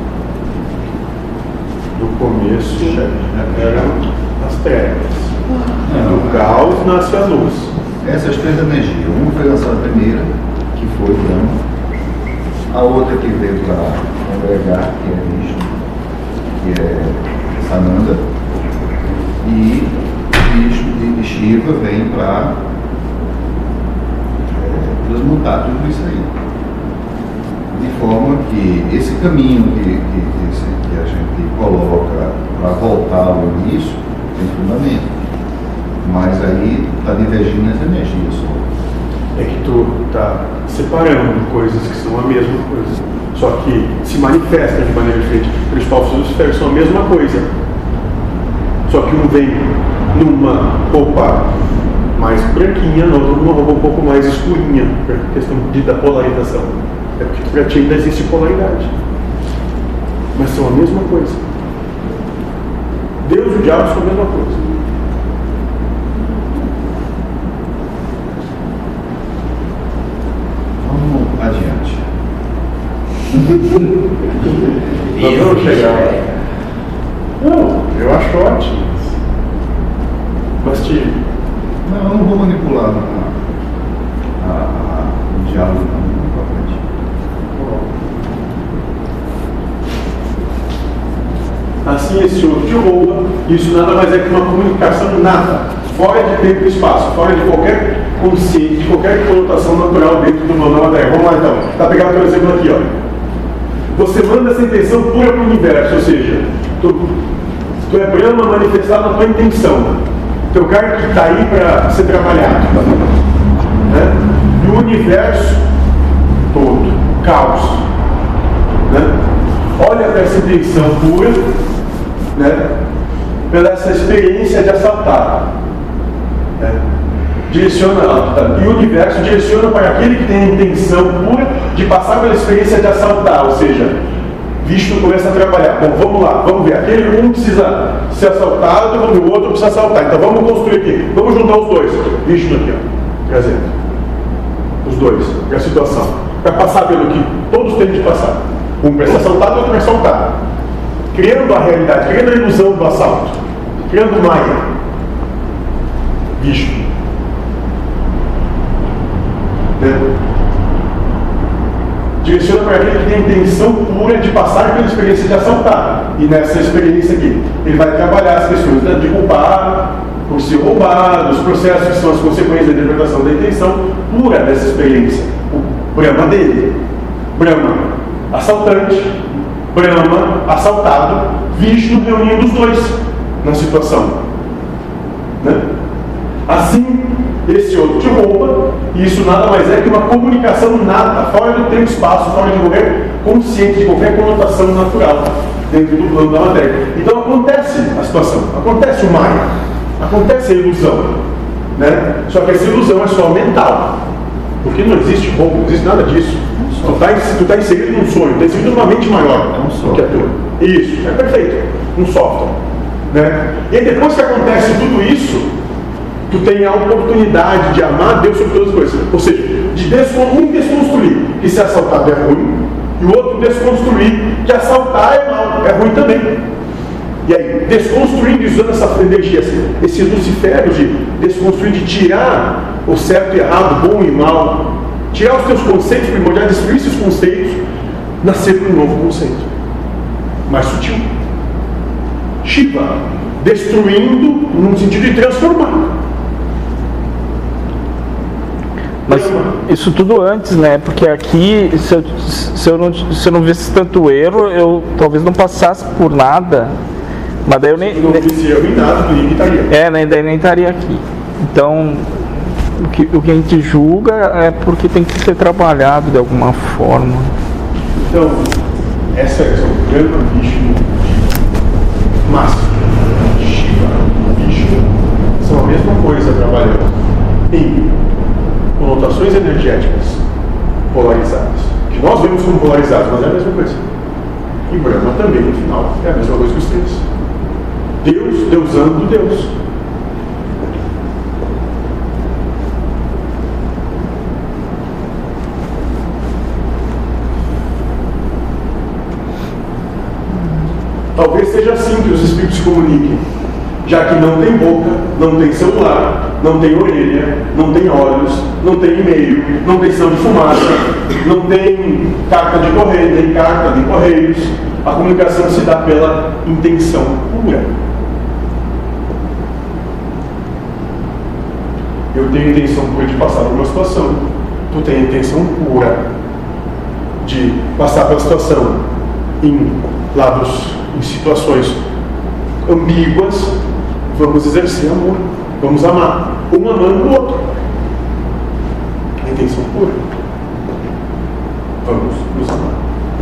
Do começo eram as trevas. Não, Do caos nasce a luz. essas três energias. Uma foi lançada primeira, que foi o Brahma. A outra que veio para congregar, que é Vishnu, que é Sananda. E Vishnu e Shiva vem para é, transmutar tudo isso aí. De forma que esse caminho que, que, que, esse, que a gente coloca para voltar ao início tem fundamento. Mas aí está divergindo as energias só. É que tu está separando coisas que são a mesma coisa. Só que se manifestam de maneira diferente. Cristóforos e Luciférios são a mesma coisa. Só que um vem numa roupa mais branquinha, no outro numa roupa um pouco mais escurinha, por questão de, da polarização. É porque para ti ainda existe polaridade. Mas são a mesma coisa. Deus e o diabo são a mesma coisa. Vamos adiante. Nós vamos chegar. Não, eu acho ótimo. Mas te. Não, eu não vou manipular a, a, a, o diálogo não, para frente. Assim, esse outro te rouba, isso nada mais é que uma comunicação nada, fora de tempo e espaço, fora de qualquer consciência, de qualquer conotação natural dentro do manual da Terra. Vamos lá então, para pegar o teu exemplo aqui, ó. você manda essa intenção pura para o universo, ou seja, tu, tu é Brahma manifestado na tua intenção. Teu cargo que está aí para ser trabalhado. Né? E o universo todo, caos. Né? Olha para essa intenção pura, né? Pela essa experiência de assaltar. Né? Direciona ela. E o universo direciona para aquele que tem a intenção pura de passar pela experiência de assaltar, ou seja, Vishnu começa a trabalhar. Bom, vamos lá, vamos ver. Aquele um precisa ser assaltado, o outro precisa assaltar. Então vamos construir aqui. Vamos juntar os dois. Vishnu aqui, ó, trazendo. Os dois, para a situação. Para passar pelo que todos têm de passar. Um para ser assaltado, o outro para assaltar. Criando a realidade, criando a ilusão do assalto. Criando Maya. Vishnu. Né? Direciona para aquele que tem a intenção pura de passar pela experiência de assaltar. E nessa experiência aqui, ele vai trabalhar as questões, né, de culpar, por ser roubado, os processos que são as consequências da interpretação da intenção pura dessa experiência. O Brahma dele. Brahma, assaltante. Brahma, assaltado. Vishnu reunindo os dois na situação. Né? Assim, esse outro te rouba, e isso nada mais é que uma comunicação nada, fora do tempo e espaço, fora de qualquer consciente, de qualquer conotação natural, dentro do plano da matéria. Então acontece a situação, acontece o Maya, acontece a ilusão, né? Só que essa ilusão é só mental, porque não existe roubo, não existe nada disso. Tu está tá inserido num sonho, está inserido numa mente maior do que a tua. Isso, é perfeito, um software. Né? E aí depois que acontece tudo isso, tu tem a oportunidade de amar Deus sobre todas as coisas. Ou seja, de descon- um desconstruir que ser assaltado é ruim, e o outro desconstruir que assaltar é mal, é ruim também. E aí, desconstruindo e usando essa energia, esse lucifério de desconstruir, de tirar o certo e errado, bom e mal, tirar os teus conceitos primordiais, destruir esses conceitos, nascer para um novo conceito, mais sutil. Shiva, destruindo num sentido de transformar. Mas isso tudo antes, né? Porque aqui, se eu, se eu, não, se eu não visse tanto erro, eu talvez não passasse por nada. Mas daí eu nem. Se não visse erro em nada, tu nem estaria. É, nem, daí nem estaria aqui. Então, o que, o que a gente julga é porque tem que ser trabalhado de alguma forma. Então, essa é a questão. Brahma, Vishnu, mas Shiva, Vishnu são a mesma coisa trabalhando em conotações energéticas polarizadas, que nós vemos como polarizadas, mas é a mesma coisa. E Brahma também, no final, é a mesma coisa que os três. Deus, deusando Deus. Talvez seja assim que os espíritos se comuniquem, já que não tem boca, não tem celular, não tem orelha, não tem olhos, não tem e-mail, não tem sinal de fumaça, não tem carta de correio, nem carta, nem correios. A comunicação se dá pela intenção pura. Eu tenho a intenção pura de passar por uma situação. Tu tem a intenção pura de passar pela situação em lados, em situações ambíguas. Vamos exercer amor, vamos amar, um amando o outro. A intenção pura. Vamos nos amar.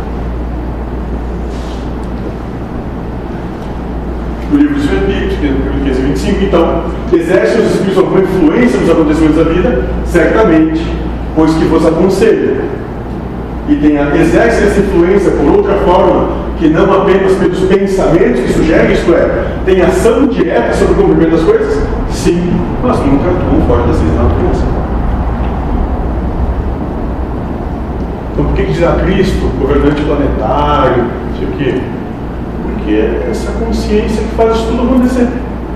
No livro dos Espíritos, quinhentos e vinte e cinco, então, exerce os Espíritos alguma influência nos acontecimentos da vida? Certamente, pois que vos aconselho. E tenha, exerce essa influência por outra forma, que não apenas pelos pensamentos que sugerem, isto é, tem ação direta sobre o cumprimento das coisas? Sim, mas nunca atuam fora das leis da natureza. Então, por que diz a Cristo, governante planetário, não sei o quê? Porque é essa consciência que faz isso tudo acontecer.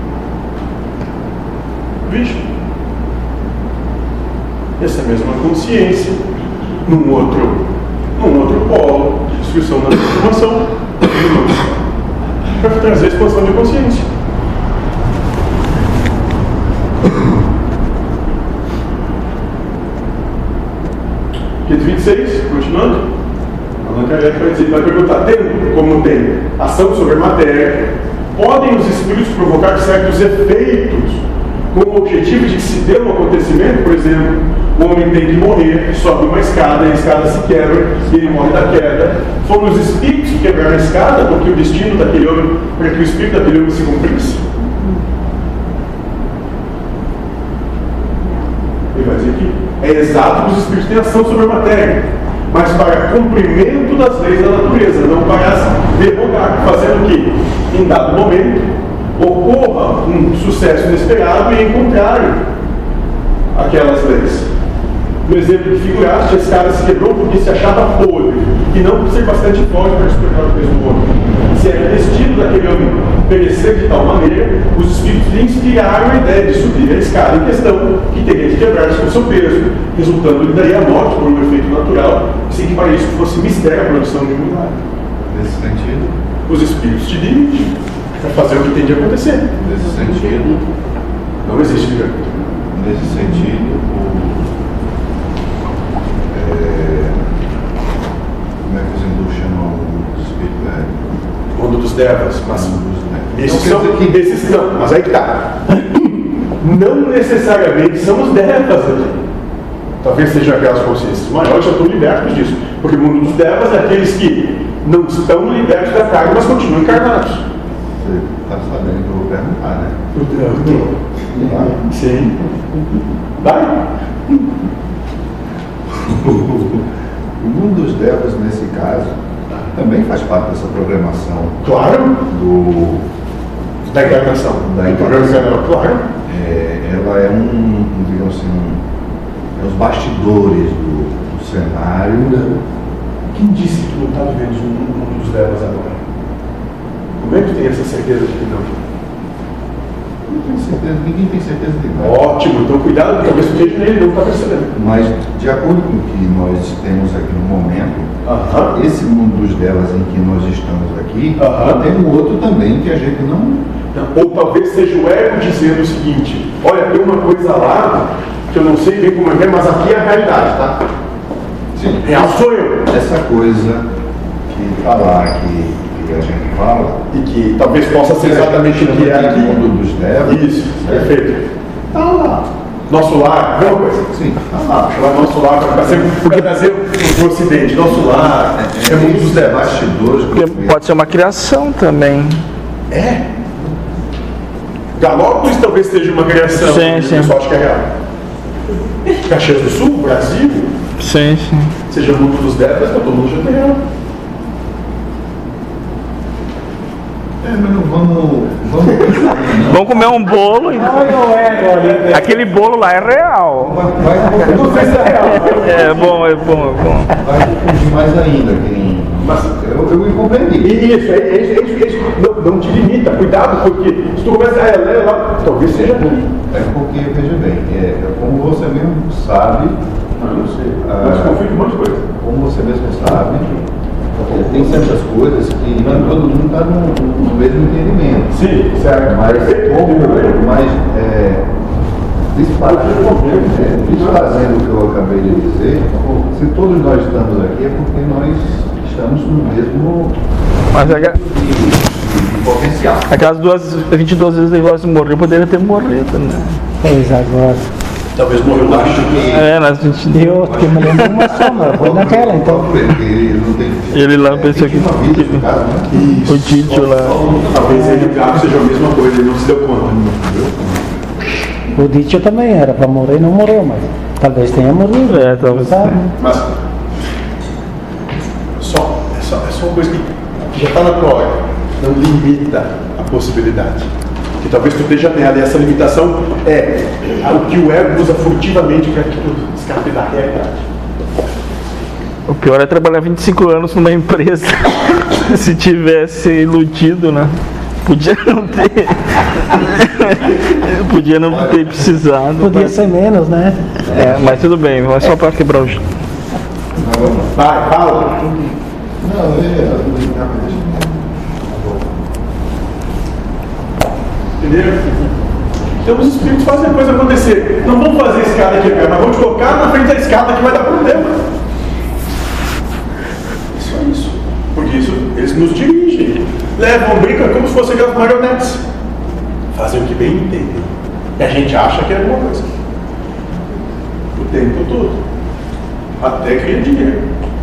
Vixe? Essa mesma consciência, num outro, num outro polo de destruição da transformação, para trazer a expansão de consciência. quinhentos e vinte e seis, continuando. Allan Kardec vai, dizer, vai perguntar, tendo como tem ação sobre a matéria, podem os espíritos provocar certos efeitos com o objetivo de que se dê um acontecimento? Por exemplo, o homem tem que morrer, sobe uma escada, a escada se quebra e ele morre da queda. Foram os espíritos que quebraram a escada porque o destino daquele homem, para que o espírito daquele homem se cumprisse? Ele vai dizer que é exato que os espíritos têm ação sobre a matéria, mas para cumprimento das leis da natureza, não para se derrogar, fazendo que, em dado momento, ocorra um sucesso inesperado e em contrário aquelas leis. No exemplo que figuraste, a escada se quebrou porque se achava podre, e não por ser bastante forte para suportar o peso do homem. Se era destino daquele homem perecer de tal maneira, os espíritos lhe inspiraram a ideia de subir a escada em questão, que teria de quebrar-se com seu peso, resultando-lhe daí a morte por um efeito natural, sem que para isso fosse mistério a produção de um milagre. Nesse sentido? Os espíritos te dirigem para fazer o que tem de acontecer. Nesse sentido? Não existe milagre. Nesse sentido, o como é que os hindus chamam o espírito velho? Mundo dos devas, mas Mundo dos devas. esses são, que... esses não, mas aí que tá. Não necessariamente são os devas aqui. Talvez sejam aquelas consciências maiores já estão libertos disso. Porque o mundo dos devas é aqueles que não estão libertos da carne, mas continuam encarnados. Você está sabendo que eu vou perguntar, né? Vai. Sim. Vai. O mundo dos devas, nesse caso, também faz parte dessa programação. Claro. Do, da encarnação. Da encarnação. Claro. É, ela é um, digamos assim, um, é os bastidores do, do cenário. Não. Quem disse que não está vivendo o mundo dos devas agora? Como é que tem essa certeza de que não? Não tenho certeza, ninguém tem certeza de nada. Ótimo, então cuidado, talvez esteja nele, não está percebendo. Mas, de acordo com o que nós temos aqui no momento, uh-huh. esse mundo dos devas em que nós estamos aqui, uh-huh. tem um outro também que a gente não... não. Ou talvez seja o ego dizendo o seguinte: olha, tem uma coisa lá que eu não sei bem como é, mas aqui é a realidade, tá? Sim. Real sou eu. Essa coisa que está lá, que... que a gente fala, e que talvez possa ser exatamente o que é aqui. O mundo dos devas. Isso, certo? Perfeito. Está lá. Nosso lar, não coisa? Sim, está lá. Nosso lar para trazer, porque trazer o Ocidente. Nosso lar é, é, é o mundo dos devas. Bastidores. Pode ser uma criação também. É. Galópolis talvez seja uma criação. Sim, sim. O pessoal acha que é real. Caxias do Sul, Brasil. Sim, sim. Seja o mundo dos devas, todo mundo já tem real. É, mas não vamos. Vamos, vamos comer um bolo. E... aquele bolo lá é real. Vai, vai, não sei se é real. É bom, é bom, é bom. Vai confundir mais ainda. Quem... Mas eu, eu me compreendi. Isso, é, é, é, é, é, não, não te limita, cuidado, porque se tu começa a ler lá, talvez seja ruim. É porque, veja bem, é, como você mesmo sabe. Não, não sei. Ah, mas confio um monte de coisa. Como você mesmo sabe. Tem certas coisas que não todo mundo está no, no mesmo entendimento. Sim, certo. Mas, como, mas é, desfazendo, é, desfazendo o que eu acabei de dizer, se todos nós estamos aqui é porque nós estamos no mesmo mas é, de, de potencial. Aquelas duas, vinte e duas vezes ele gosta de morrer, poderia ter morrido, né? Pois agora. Talvez morreu lá. É, nas vinte e duas. Eu que me lembro uma só, mas foi naquela, então. Ele lá pensou que. O Tito lá. Talvez ele e o Gato seja a mesma coisa, ele não se deu conta. O Tito também era para morrer e não morreu, mas talvez tenha morrido. É, talvez. Sabe? Mas. Só, é, só, é só uma coisa que, que já está na tua hora. Não limita a possibilidade. Que talvez tu esteja errado, e essa limitação é o que o ego usa furtivamente para que tu escape da realidade. O pior é trabalhar vinte e cinco anos numa empresa. Se tivesse iludido, né? Podia não ter. Podia não ter precisado. Podia mas... ser menos, né? É, mas tudo bem, mas só para quebrar o jogo. Vai, fala. Não, é. Entendeu? Então os espíritos fazem a coisa acontecer. Não vão fazer escada quebrar, mas vão te colocar na frente da escada que vai dar problema. Isso aí. nos dirigem. Levam, brincam como se fossem aquelas marionetes. Fazem o que bem entendem. E a gente acha que é alguma coisa. O tempo todo. Até ganha dinheiro.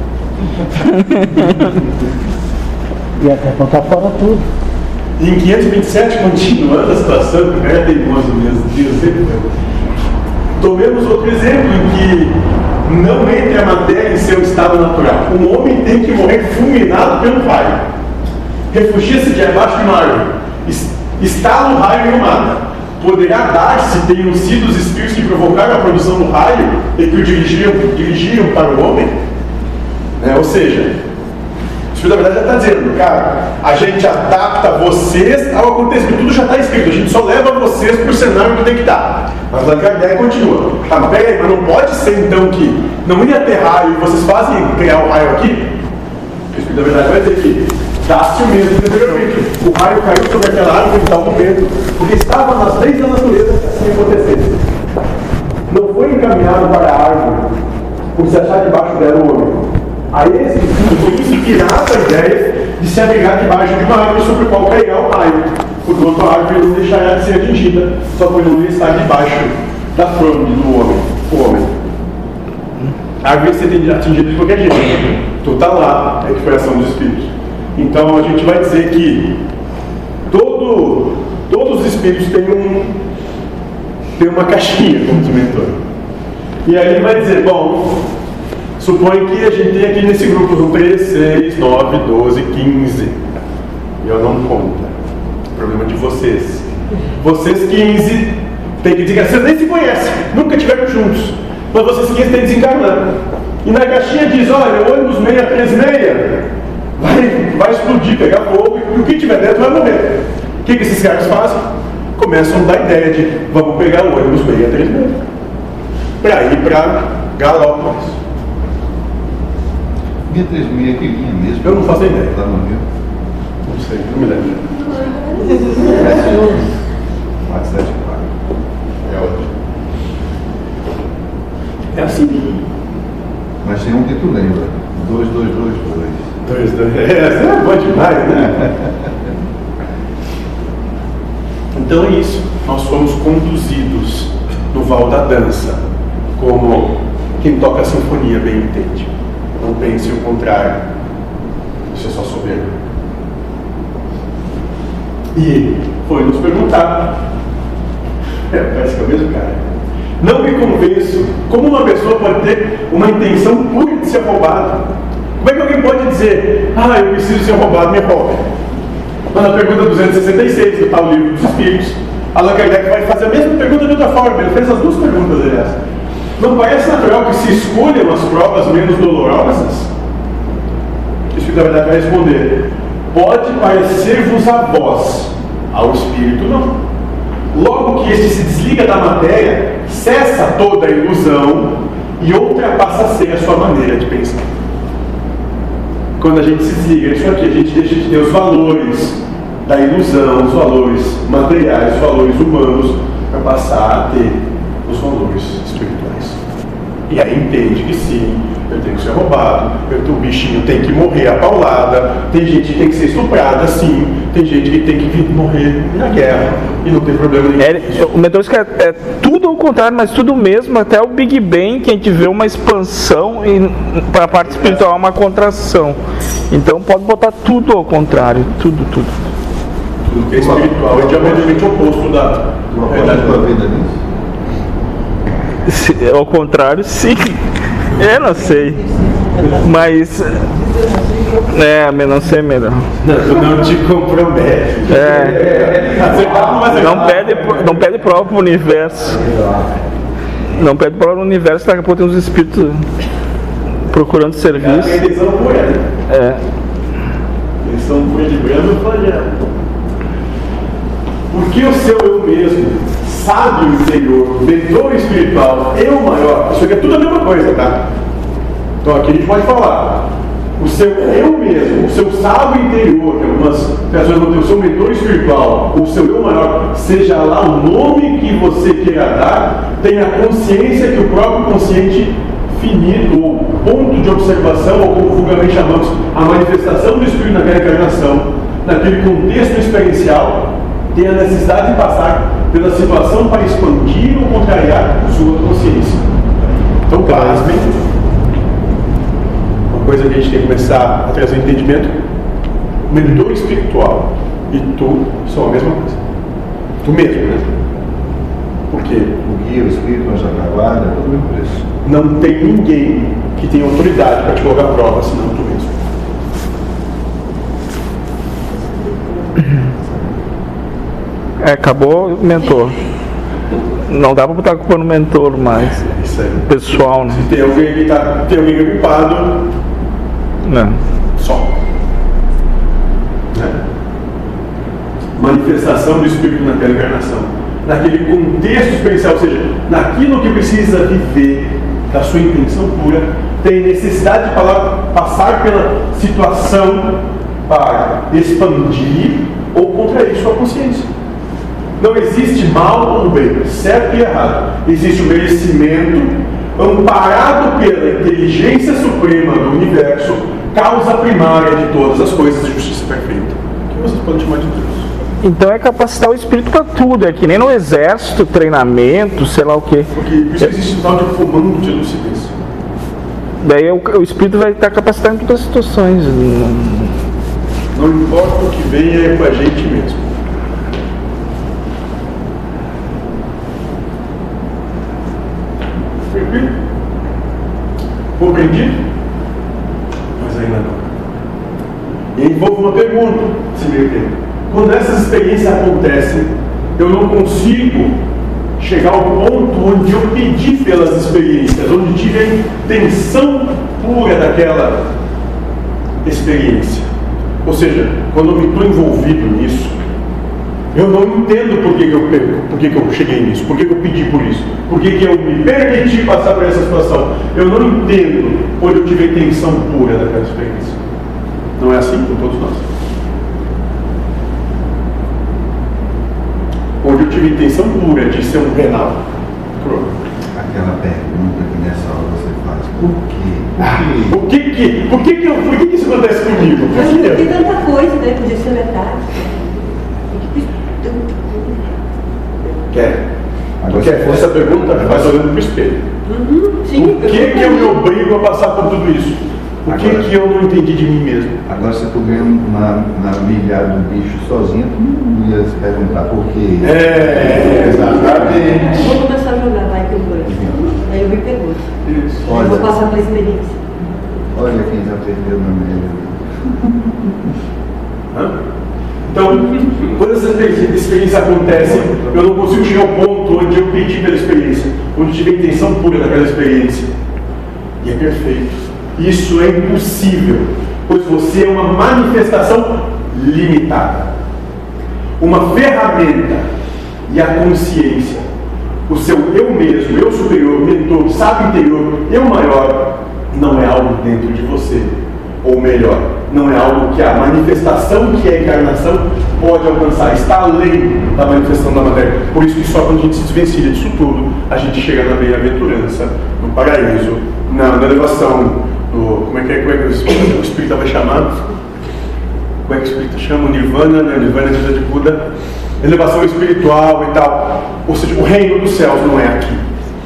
E até botar fora tudo. E em quinhentos e vinte e sete, continuando a situação, que é teimoso mesmo, Deus sempre foi. Tomemos outro exemplo em que não entre a matéria em seu estado natural. Um homem tem que morrer fulminado pelo raio. Refugia-se debaixo de uma árvore. Estala o raio e o mata. Poderá dar-se tenham sido os espíritos que provocaram a produção do raio e que o dirigiram, dirigiram para o homem? É, ou seja, o Espírito da verdade já está dizendo, cara, a gente adapta vocês ao acontecimento, tudo já está escrito, a gente só leva vocês para o cenário que tem que estar. Mas a ideia continua. Tá, mas peraí, mas não pode ser então que não ia ter raio e vocês fazem criar o raio aqui? O Espírito da verdade vai dizer que dá-se o mesmo anteriormente. O raio caiu sobre aquela árvore em tal momento, porque estava nas leis da natureza que assim acontecesse. Não foi encaminhado para a árvore por se achar debaixo dela o homem. A esse fim foi inspirada a ideia de se abrigar debaixo de uma árvore sobre a qual cairá o raio, porquanto a árvore não deixará de ser atingida, só por não estar debaixo da fronte do homem. O homem. A árvore ser atingida de qualquer jeito. Então está lá, é que foi a ação dos espíritos. Então a gente vai dizer que todo, todos os espíritos têm, um, têm uma caixinha como dimentor. E aí ele vai dizer, bom, suponho que a gente tem aqui nesse grupo um três, seis, nove, doze, quinze. Eu não conto. Problema de vocês. Vocês quinze tem que dizer que vocês nem se conhecem, nunca estiveram juntos. Mas vocês quinze têm desencarnado. E na caixinha diz, olha, o ônibus seiscentos e trinta e seis vai, vai explodir, pegar fogo, e o que tiver dentro vai morrer. O que, que esses caras fazem? Começam a dar ideia de, vamos pegar o ônibus seiscentos e trinta e seis para ir para Galópolis. seiscentos e trinta e seis é que linha mesmo? Eu não faço ideia. Lá no Rio? Não sei, não me lembro. quatrocentos e setenta e quatro. É ótimo. É assim. Mas tem um que tu lembra. dois, dois, dois, dois. Dois, dois. É, é bom demais, né? Então é isso. Nós fomos conduzidos no val da dança, como quem toca a sinfonia bem entende. Não pense o contrário. Isso é só soberbo. E foi nos perguntar. É, parece que é o mesmo cara. Não me convenço como uma pessoa pode ter uma intenção pura de ser roubado. Como é que alguém pode dizer, ah, eu preciso ser roubado, me roube? Mas na pergunta duzentos e sessenta e seis do tal livro dos Espíritos, Allan Kardec vai fazer a mesma pergunta de outra forma. Ele fez as duas perguntas, aliás. Não parece natural que se escolham as provas menos dolorosas? O Espírito da verdade vai responder, pode parecer-vos a vós, ao Espírito não. Logo que este se desliga da matéria, cessa toda a ilusão e outra passa a ser a sua maneira de pensar. Quando a gente se desliga disso aqui, a gente deixa de ter os valores da ilusão, os valores materiais, os valores humanos, para passar a ter os valores espirituais. E aí entende que sim, eu tenho que ser roubado, eu, o bichinho tem que morrer a paulada, tem gente que tem que ser estuprada, sim, tem gente que tem que vir morrer na guerra, e não tem problema nenhum. É, o meteorismo é, é tudo ao contrário, mas tudo mesmo, até o Big Bang, que a gente vê uma expansão e para a parte espiritual uma contração. Então pode botar tudo ao contrário, tudo, tudo. Tudo que é espiritual é diametralmente oposto da realidade da vida nisso. Se, ao contrário, sim. Eu não sei. Mas. É, não sei melhor. Não, não te compromete. É. Não pede, não pede prova pro universo. Não pede prova no universo, daqui a pouco tem uns espíritos procurando serviço. Eles são pura. É. Eles são pura de brando flagelo. Porque o seu eu mesmo, sábio interior, vetor espiritual, eu maior, isso aqui é tudo a mesma coisa, tá? Então aqui a gente pode falar, o seu eu mesmo, o seu sábio interior, que algumas pessoas vão ter o seu mentor espiritual, o seu eu maior, seja lá o nome que você queira dar, tenha consciência que o próprio consciente finito, ou ponto de observação, ou como vulgarmente chamamos, a manifestação do Espírito naquela encarnação, naquele contexto experiencial, tem a necessidade de passar pela situação para expandir ou contrariar sua consciência. Então, pasmem, uma coisa que a gente tem que começar a trazer entendimento: mentor espiritual e tu são a mesma coisa. Tu mesmo, né? Por quê? O guia, o espírito, o anjo da guarda, é tudo o mesmo preço. Não tem ninguém que tenha autoridade para te colocar à prova, senão tu mesmo. É, acabou o mentor. Não dá pra botar a culpa no mentor mais. Isso aí. Pessoal, né? Se tem alguém que tá, tem alguém ocupado, Não. só. Né? Manifestação do Espírito naquela encarnação, naquele contexto experiencial, ou seja, naquilo que precisa viver da sua intenção pura, tem necessidade de falar, passar pela situação para expandir ou contrair sua consciência. Não existe mal ou bem, certo e errado. Existe o merecimento amparado pela inteligência suprema do universo, causa primária de todas as coisas e justiça perfeita, que vocês podem chamar de Deus. Então é capacitar o espírito para tudo. É que nem no exército, treinamento, sei lá o quê. Porque por isso existe um tal de comando de lucidez. Daí o, o espírito vai estar capacitado em todas as situações. Não importa o que venha, é com a gente mesmo. Tranquilo? Compreendido? Mas ainda não. E envolve uma pergunta, se me entende. Quando essas experiências acontecem, eu não consigo chegar ao ponto onde eu pedi pelas experiências, onde tive a intenção pura daquela experiência. Ou seja, quando eu me estou envolvido nisso, eu não entendo por que, que, eu, por que, que eu cheguei nisso, por que, que eu pedi por isso, por que, que eu me permiti passar por essa situação. Eu não entendo onde eu tive a intenção pura daquela experiência. Não é assim com todos nós. Onde eu tive a intenção pura de ser um renal. Pronto. Aquela pergunta que nessa hora você faz: por quê? Ah, por que que, por que, que, eu, por que, que isso acontece comigo? Mas não tem tanta coisa, né? Podia ser metade. Quer? Agora, Quer? se Essa pergunta faz olhando para o espelho. Uhum, sim, por que, que eu me obrigo a passar por tudo isso? Por que, Agora, que eu não entendi de mim mesmo? Agora, se tu ganha na, na milhar do bicho sozinho, tu não ia se perguntar por quê. É, exatamente. Vou começar a jogar, vai que eu vou. Aí eu me pergunto. Isso. Eu vou passar pela experiência. Olha quem já perdeu na média. Então, quando essa experiência acontece, eu não consigo chegar ao ponto onde eu pedi pela experiência, onde tive a intenção pura daquela experiência. E é perfeito. Isso é impossível, pois você é uma manifestação limitada. Uma ferramenta e a consciência, o seu eu mesmo, eu superior, mentor, sábio interior, eu maior, não é algo dentro de você. Ou melhor, não é algo que a manifestação que é a encarnação pode alcançar. Está além da manifestação da matéria. Por isso que só quando a gente se desvencilha disso tudo, a gente chega na bem-aventurança, no paraíso, na, na elevação, no, como é que é, como é que o Espírito vai chamar? Como é que o Espírito chama? O Nirvana, né? Nirvana de de Buda, elevação espiritual e tal. Ou seja, o reino dos céus não é aqui.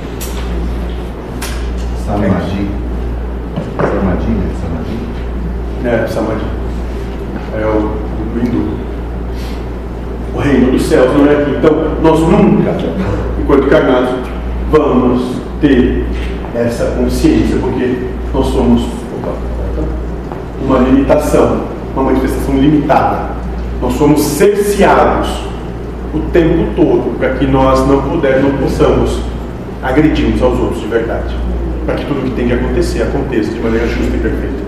Samadhi. Samadhi, né? Samadhi. É, Samadhi. É o, o hindu. O reino dos céus não é aqui. Então, nós nunca, enquanto encarnados, vamos ter essa consciência, porque nós somos opa, uma limitação, uma manifestação limitada. Nós somos cerceados o tempo todo para que nós não puder, não possamos agredir uns aos outros de verdade. Para que tudo o que tem que acontecer, aconteça de maneira justa e perfeita.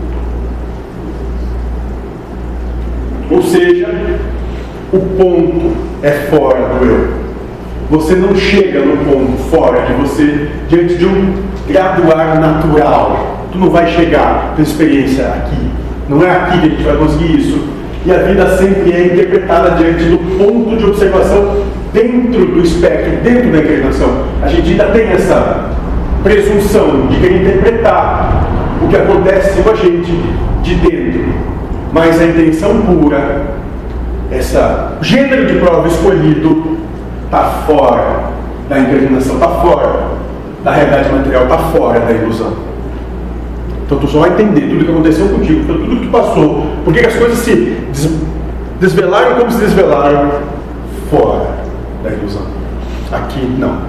Ou seja, o ponto é fora do eu. Você não chega no ponto fora de você diante de um graduar natural. Tu não vai chegar na experiência aqui. Não é aqui que a gente vai conseguir isso. E a vida sempre é interpretada diante do ponto de observação dentro do espectro, dentro da encarnação. A gente ainda tem essa presunção de querer interpretar o que acontece com a gente de dentro, mas a intenção pura, esse gênero de prova escolhido, está fora da inclinação, está fora da realidade material, está fora da ilusão. Então tu só vai entender tudo o que aconteceu contigo, tudo o que tu passou, porque as coisas se desvelaram como se desvelaram fora da ilusão. Aqui não.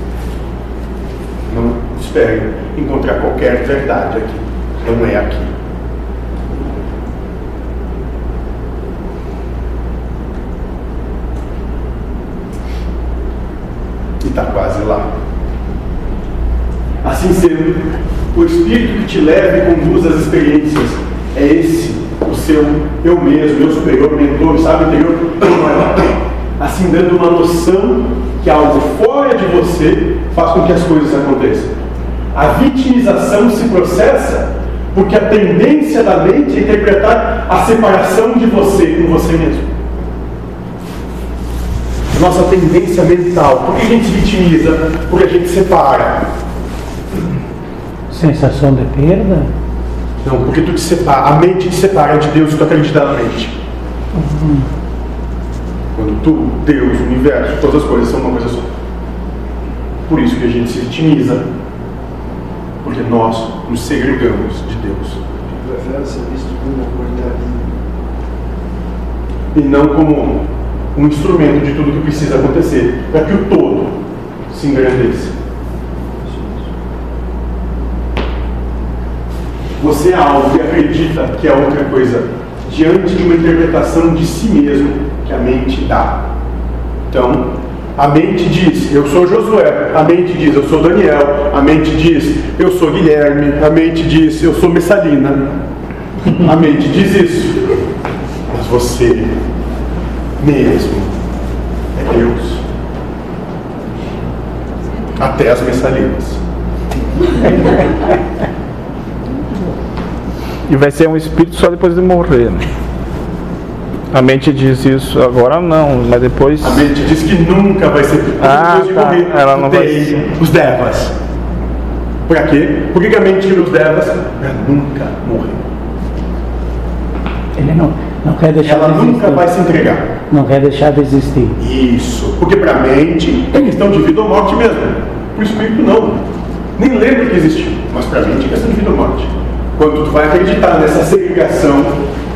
Não espere encontrar qualquer verdade aqui. Não é aqui. E está quase lá. Assim sendo, o Espírito que te leva e conduz às experiências é esse, o seu eu mesmo, meu superior, mentor, sábio interior, assim dando uma noção que algo fora de você faz com que as coisas aconteçam. A vitimização se processa porque a tendência da mente é interpretar a separação de você com você mesmo. Nossa tendência mental. Por que a gente se vitimiza? Porque a gente separa. Sensação de perda? Não, porque tu te separa. A mente te separa de Deus e tu acredita na mente. Uhum. Quando tu, Deus, o universo, todas as coisas são uma coisa só. Por isso que a gente se vitimiza. Porque nós nos segregamos de Deus. Prefere ser visto como uma qualidade. E não como um instrumento de tudo que precisa acontecer, para que o todo se engrandeça. Você é algo e acredita que é outra coisa diante de uma interpretação de si mesmo que a mente dá. Então, a mente diz, eu sou Josué. A mente diz, eu sou Daniel. A mente diz, eu sou Guilherme. A mente diz, eu sou Messalina. A mente diz isso. Mas você mesmo é Deus. Até as Messalinas. E vai ser um espírito só depois de morrer, né? A mente diz isso, agora não, mas depois... A mente diz que nunca vai ser depois ah, de tá. morrer. Ela não vai tem ser. Os devas. Pra quê? Por que a mente tira os devas? Pra nunca morrer. Ele não, não quer deixar Ela de existir. nunca vai se entregar. Não quer deixar de existir. Isso. Porque pra mente é questão de vida ou morte mesmo. Pro espírito não. Nem lembra que existiu. Mas pra mente é questão de vida ou morte. Quando tu vai acreditar nessa segregação,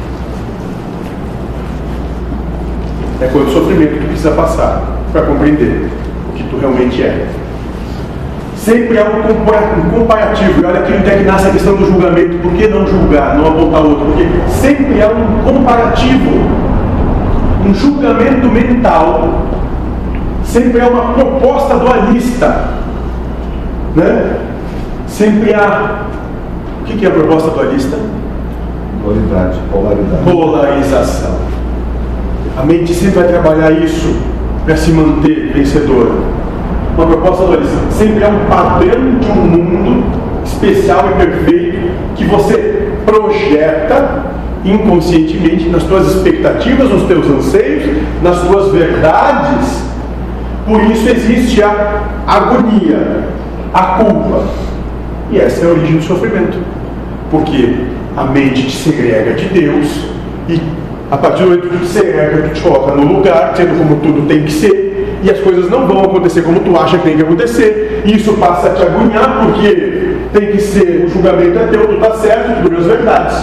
é quando o sofrimento que tu precisa passar para compreender o que tu realmente é. Sempre há um comparativo. E olha aqui onde é que nasce a questão do julgamento. Por que não julgar, não apontar outro? Porque sempre há um comparativo, um julgamento mental. Sempre há uma proposta dualista, né? Sempre há... O que é a proposta dualista? Dualidade, polaridade. Polarização. A mente sempre vai trabalhar isso para se manter vencedora. Uma proposta dualista. Sempre é um padrão de um mundo especial e perfeito que você projeta inconscientemente nas suas expectativas, nos teus anseios, nas suas verdades. Por isso existe a agonia, a culpa. E essa é a origem do sofrimento. Porque a mente te segrega de Deus e a partir do momento que tu te segrega, tu te coloca no lugar, sendo como tudo tem que ser, e as coisas não vão acontecer como tu acha que tem que acontecer, e isso passa a te agoniar porque tem que ser, o julgamento é teu, tu tá certo, tu viu as verdades.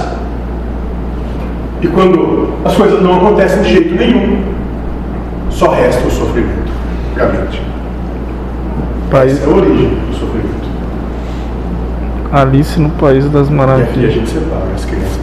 E quando as coisas não acontecem de jeito nenhum, só resta o sofrimento pra mente. País... Essa é a origem do sofrimento. Alice no País das Maravilhas. E aqui a gente separa as crianças,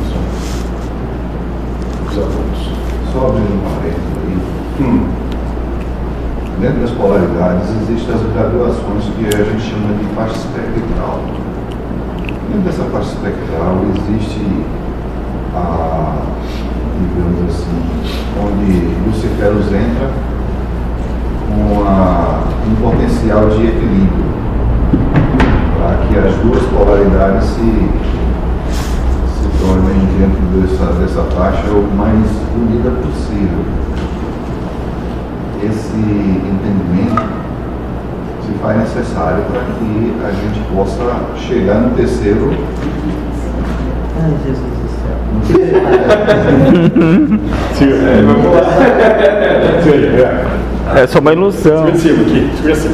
os adultos. Só abrindo um parênteses aí. Hum. Dentro das polaridades existem as graduações que a gente chama de faixa espectral. Dentro dessa faixa espectral existe a, digamos assim, onde Luciferus entra com a, um potencial de equilíbrio, para que as duas polaridades se, se tornem dentro dessa, dessa faixa o mais unida possível. Esse entendimento se faz necessário para que a gente possa chegar no terceiro. Ai, Jesus do céu. Sim, é, vamos lá. Sim, é. É só uma ilusão. Segura cima aqui, segura assim.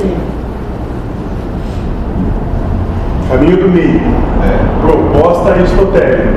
Caminho do meio. É. Proposta aristotélica.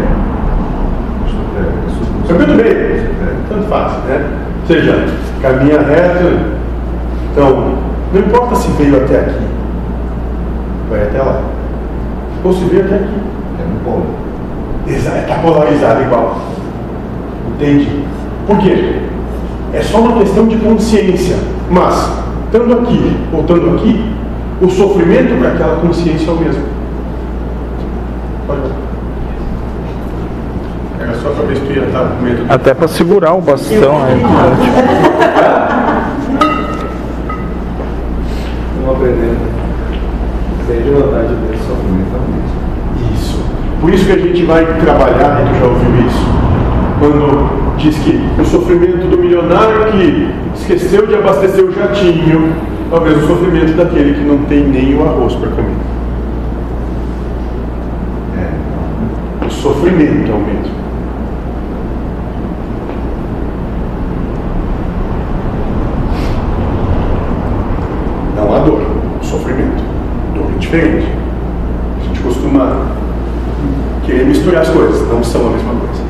Caminho do meio. Tanto faz, né? Ou seja, caminha reto. Então, não importa se veio até aqui. Vai até lá. Ou se veio até aqui. É no polo. Exato, está polarizado igual. Entende? Por quê? É só uma questão de consciência. Mas, estando aqui ou estando aqui, o sofrimento para aquela consciência é o mesmo. Pode ver. Era só para ver se tu ia estar com medo. Até para segurar o bastão. Né? Não aprendendo. Tem de vontade de sofrimento mesmo. Isso. Por isso que a gente vai trabalhar, e tu já ouviu isso, quando diz que o sofrimento do milionário que esqueceu de abastecer o jatinho, talvez o sofrimento daquele que não tem nem o arroz para comer. É. O sofrimento é o mesmo. Não a dor, o sofrimento. Dor é diferente. A gente costuma querer misturar as coisas, não são a mesma coisa.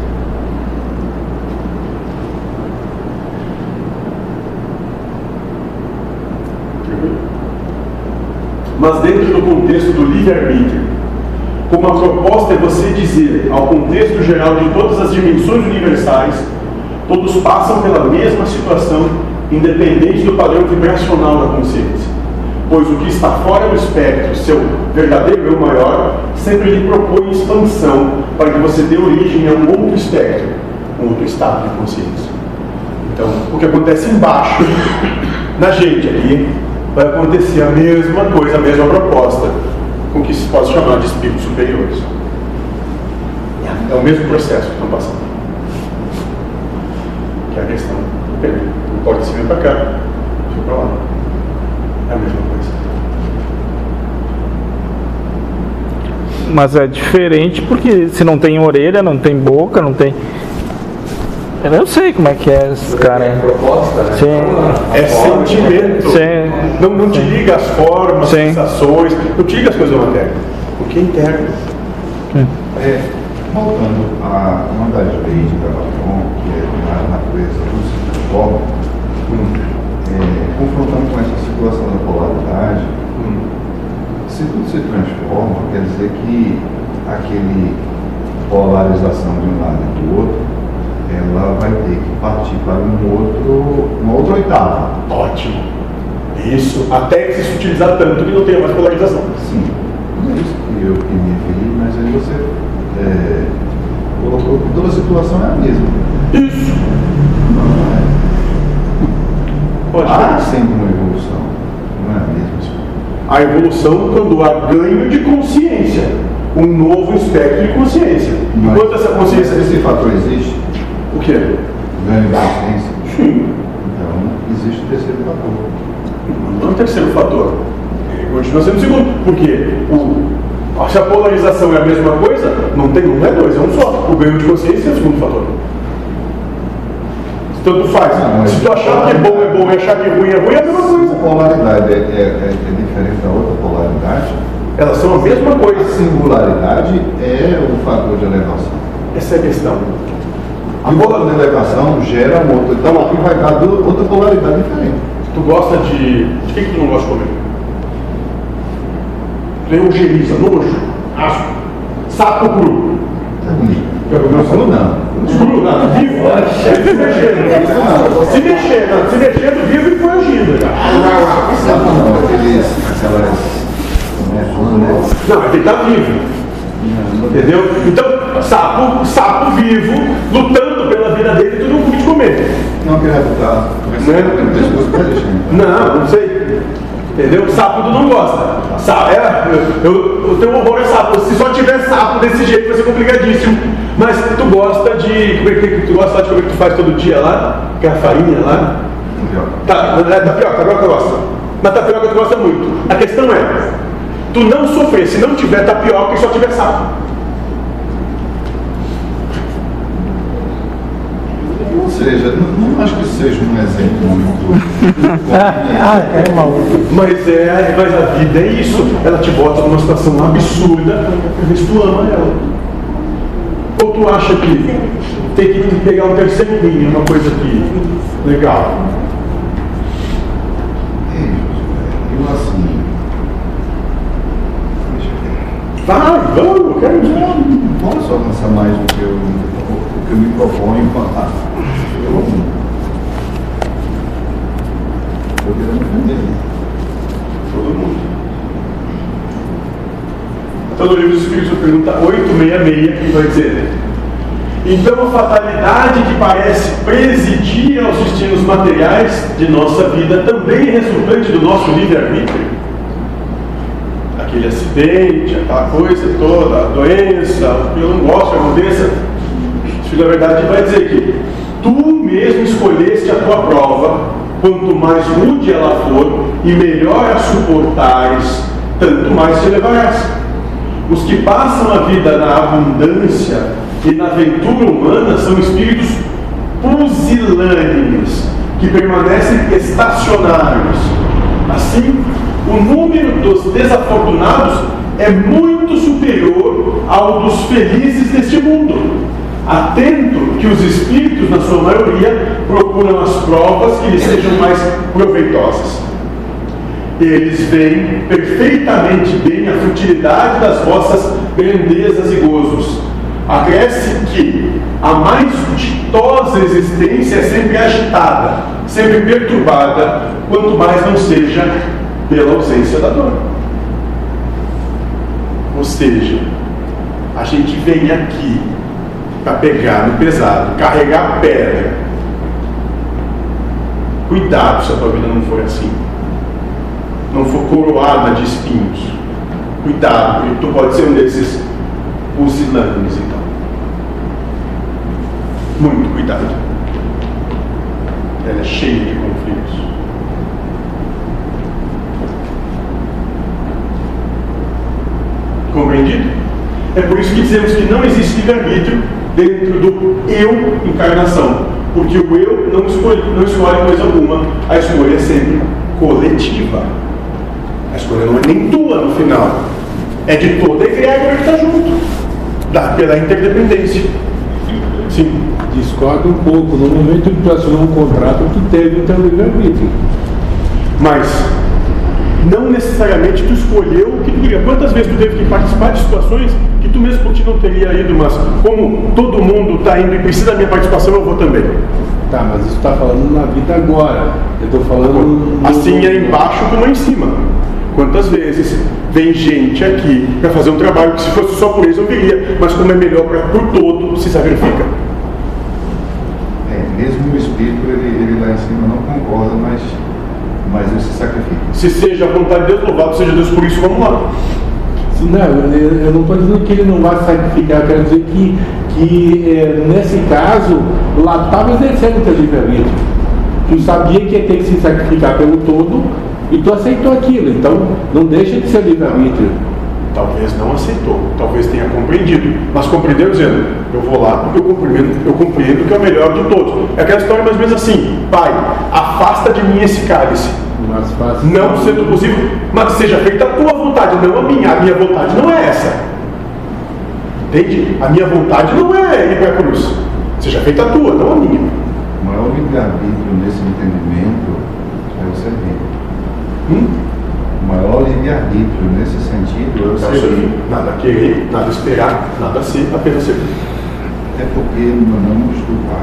Mas dentro do contexto do livre-arbítrio, como a proposta é você dizer ao contexto geral de todas as dimensões universais, todos passam pela mesma situação, independente do padrão vibracional da consciência. Pois o que está fora do espectro, seu verdadeiro eu maior, sempre lhe propõe expansão para que você dê origem a um outro espectro, um outro estado de consciência. Então, o que acontece embaixo, na gente aqui, vai acontecer a mesma coisa, a mesma proposta, com o que se pode chamar de espíritos superiores. É o mesmo processo que estão passando. Que é a questão do pêndulo. Não pode se vir para cá, fica para lá. É a mesma coisa. Mas é diferente porque se não tem orelha, não tem boca, não tem. Eu não sei como é que é esse cara. É proposta, né? Sim. É sentimento. Sim. Não, não te liga às formas, Sim. sensações, não te liga às coisas da matéria. O que é interno. Hum. É, voltando a uma das leis de Platão, que é a natureza dos formas, é, confrontando com essa situação da polaridade, hum. se tudo se transforma, quer dizer que aquele polarização de um lado e do outro, ela vai ter que partir para um outro, uma outra oitava. Ótimo. Isso, até que se utilizar tanto que não tenha mais polarização. Sim, não é isso que eu que me referi, mas aí você é, colocou que toda a situação é a mesma. Isso. Não é. Pode Há ser. sempre uma evolução, não é a mesma. A evolução quando há ganho de consciência, um novo espectro de consciência. Mas, Enquanto essa consciência... esse fator existe? O quê? Ganho de consciência? Sim. Então, existe o terceiro fator. Não é o terceiro fator. Ele continua sendo o segundo. Porque o, se a polarização é a mesma coisa, não, tem, não é dois, é um só. O ganho de consciência é o segundo fator. Tanto faz. Não, se tu achar que é bom é bom e achar que é ruim é ruim, é a mesma coisa. A polaridade é, é, é, é diferente da outra polaridade. Elas são a mesma A coisa. singularidade é o fator de elevação. Essa é a questão. A bola de elevação gera um outro. Então aqui vai dar do- outra polaridade diferente. Tu gosta de... De que, que tu não gosta de comer? Tu é ojeriza, nojo, asco, sapo cru. Tá bonito. Eu não Não, não. Cru, não, vivo. Se mexendo. Se mexendo, se mexendo, vivo e foi agindo. Sabe não, aqueles, aquelas. Né, Não, ele está vivo. Entendeu? Então, sapo, sapo vivo, lutando pela vida dele, tu não curte comer. não quer rebutar. Né? Tem muitas coisas para deixar. Não, não sei. Entendeu? Sapo tu não gosta. Sa é, eu, eu, eu tenho horror a sapo. Se só tiver sapo desse jeito vai ser complicadíssimo. Mas tu gosta de. Como é que tu gosta de comer que tu faz todo dia lá? Que é a farinha lá? Tapioca. Tá, é tapioca, tapioca eu gosto. Mas tapioca tu gosta muito. A questão é, tu não sofrer se não tiver tapioca e só tiver sal. Ou seja, não, não acho que seja um exemplo muito. Ah, é uma outra. Mas, é, mas a vida é isso. Ela te bota numa situação absurda, mas tu ama ela. Ou tu acha que tem que pegar um terceiro vinho, uma coisa que legal. Eu assim. Vai, vamos, eu quero ir. Não posso alcançar mais do que eu, o que eu me proponho. Eu não. Eu quero me entender. Todo mundo. Então, no livro dos Espíritos, pergunta oito sessenta e seis, que vai dizer: então, a fatalidade que parece presidir aos destinos materiais de nossa vida também é resultante do nosso livre-arbítrio? Aquele acidente, aquela coisa toda, a doença, o que eu não gosto que aconteça. Isso, na verdade, vai dizer que tu mesmo escolheste a tua prova, quanto mais rude ela for e melhor a suportares, tanto mais te levarás. Os que passam a vida na abundância e na aventura humana são espíritos pusilânimes, que permanecem estacionários. Assim, o número dos desafortunados é muito superior ao dos felizes deste mundo, atento que os espíritos, na sua maioria, procuram as provas que lhes sejam mais proveitosas. Eles veem perfeitamente bem a futilidade das vossas grandezas e gozos. Acresce que a mais ditosa existência é sempre agitada, sempre perturbada, quanto mais não seja pela ausência da dor. Ou seja, a gente vem aqui para pegar no pesado, carregar a pedra. Cuidado se a tua vida não for assim, não for coroada de espinhos. Cuidado, porque tu pode ser um desses pusilânimes, então. Muito cuidado. Ela é cheia de conflitos. Compreendido? É por isso que dizemos que não existe livre-arbítrio dentro do eu encarnação, porque o eu não escolhe, não escolhe coisa alguma, a escolha é sempre coletiva. A escolha não é nem tua no final, é de toda a egrégora que está junto, da, pela interdependência. Sim. Discordo um pouco. No momento que tu assinou um contrato, tu teve o teu livre-arbítrio. Mas não necessariamente tu escolheu o que tu queria. Quantas vezes tu teve que participar de situações que tu mesmo por ti não teria ido, mas como todo mundo está indo e precisa da minha participação, eu vou também. Tá, mas isso está falando na vida agora. Eu estou falando... Assim é embaixo como é em cima. Quantas vezes vem gente aqui para fazer um trabalho que se fosse só por eles eu viria, mas como é melhor para por todo, se sacrifica. É, mesmo o espírito, ele, ele lá em cima não concorda, mas, mas ele se sacrifica. Se seja a vontade de Deus, louvado seja Deus por isso, vamos lá. Não, eu não estou dizendo que ele não vai sacrificar, eu quero dizer que, que é, nesse caso, lá estava exercendo o teu livre-arbítrio. Tu sabia que ia ter que se sacrificar pelo todo e tu aceitou aquilo, então não deixa de ser livre-arbítrio. Talvez não aceitou, talvez tenha compreendido, mas compreendeu dizendo, eu vou lá porque eu compreendo, eu compreendo que é o melhor de todos. É aquela história mais ou menos assim: Pai, afasta de mim esse cálice, mas faz... não sendo possível, mas seja feita a tua vontade, não a minha. A minha vontade não é essa, entende? A minha vontade não é ir para a cruz, seja feita a tua, não a minha. O maior livre-arbítrio nesse entendimento é o servir. Hum? O maior livre-arbítrio nesse sentido é o servir. Nada querer, nada esperar, nada ser, apenas servir. É porque emanamos do Pai.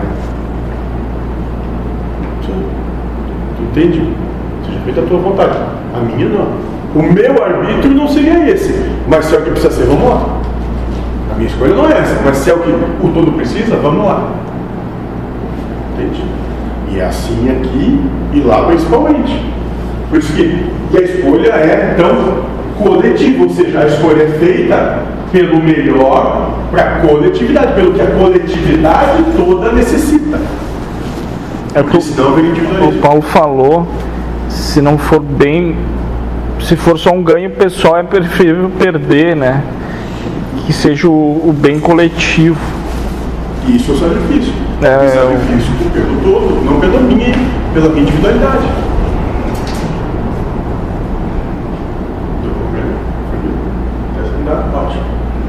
Tu entende? Seja feita a tua vontade. A minha não. O meu arbítrio não seria esse. Mas se é o que precisa ser, vamos lá. A minha escolha não é essa. Mas se é o que o todo precisa, vamos lá. Entende? E é assim aqui e lá principalmente. Por isso que, que a escolha é, então, coletiva, ou seja, a escolha é feita pelo melhor para a coletividade, pelo que a coletividade toda necessita. É porque senão o Paulo falou se não for bem, se for só um ganho pessoal, é preferível perder, né? Que seja o, o bem coletivo. Isso é o sacrifício. É, o sacrifício pelo todo, não pela minha, pela minha individualidade. Ótimo.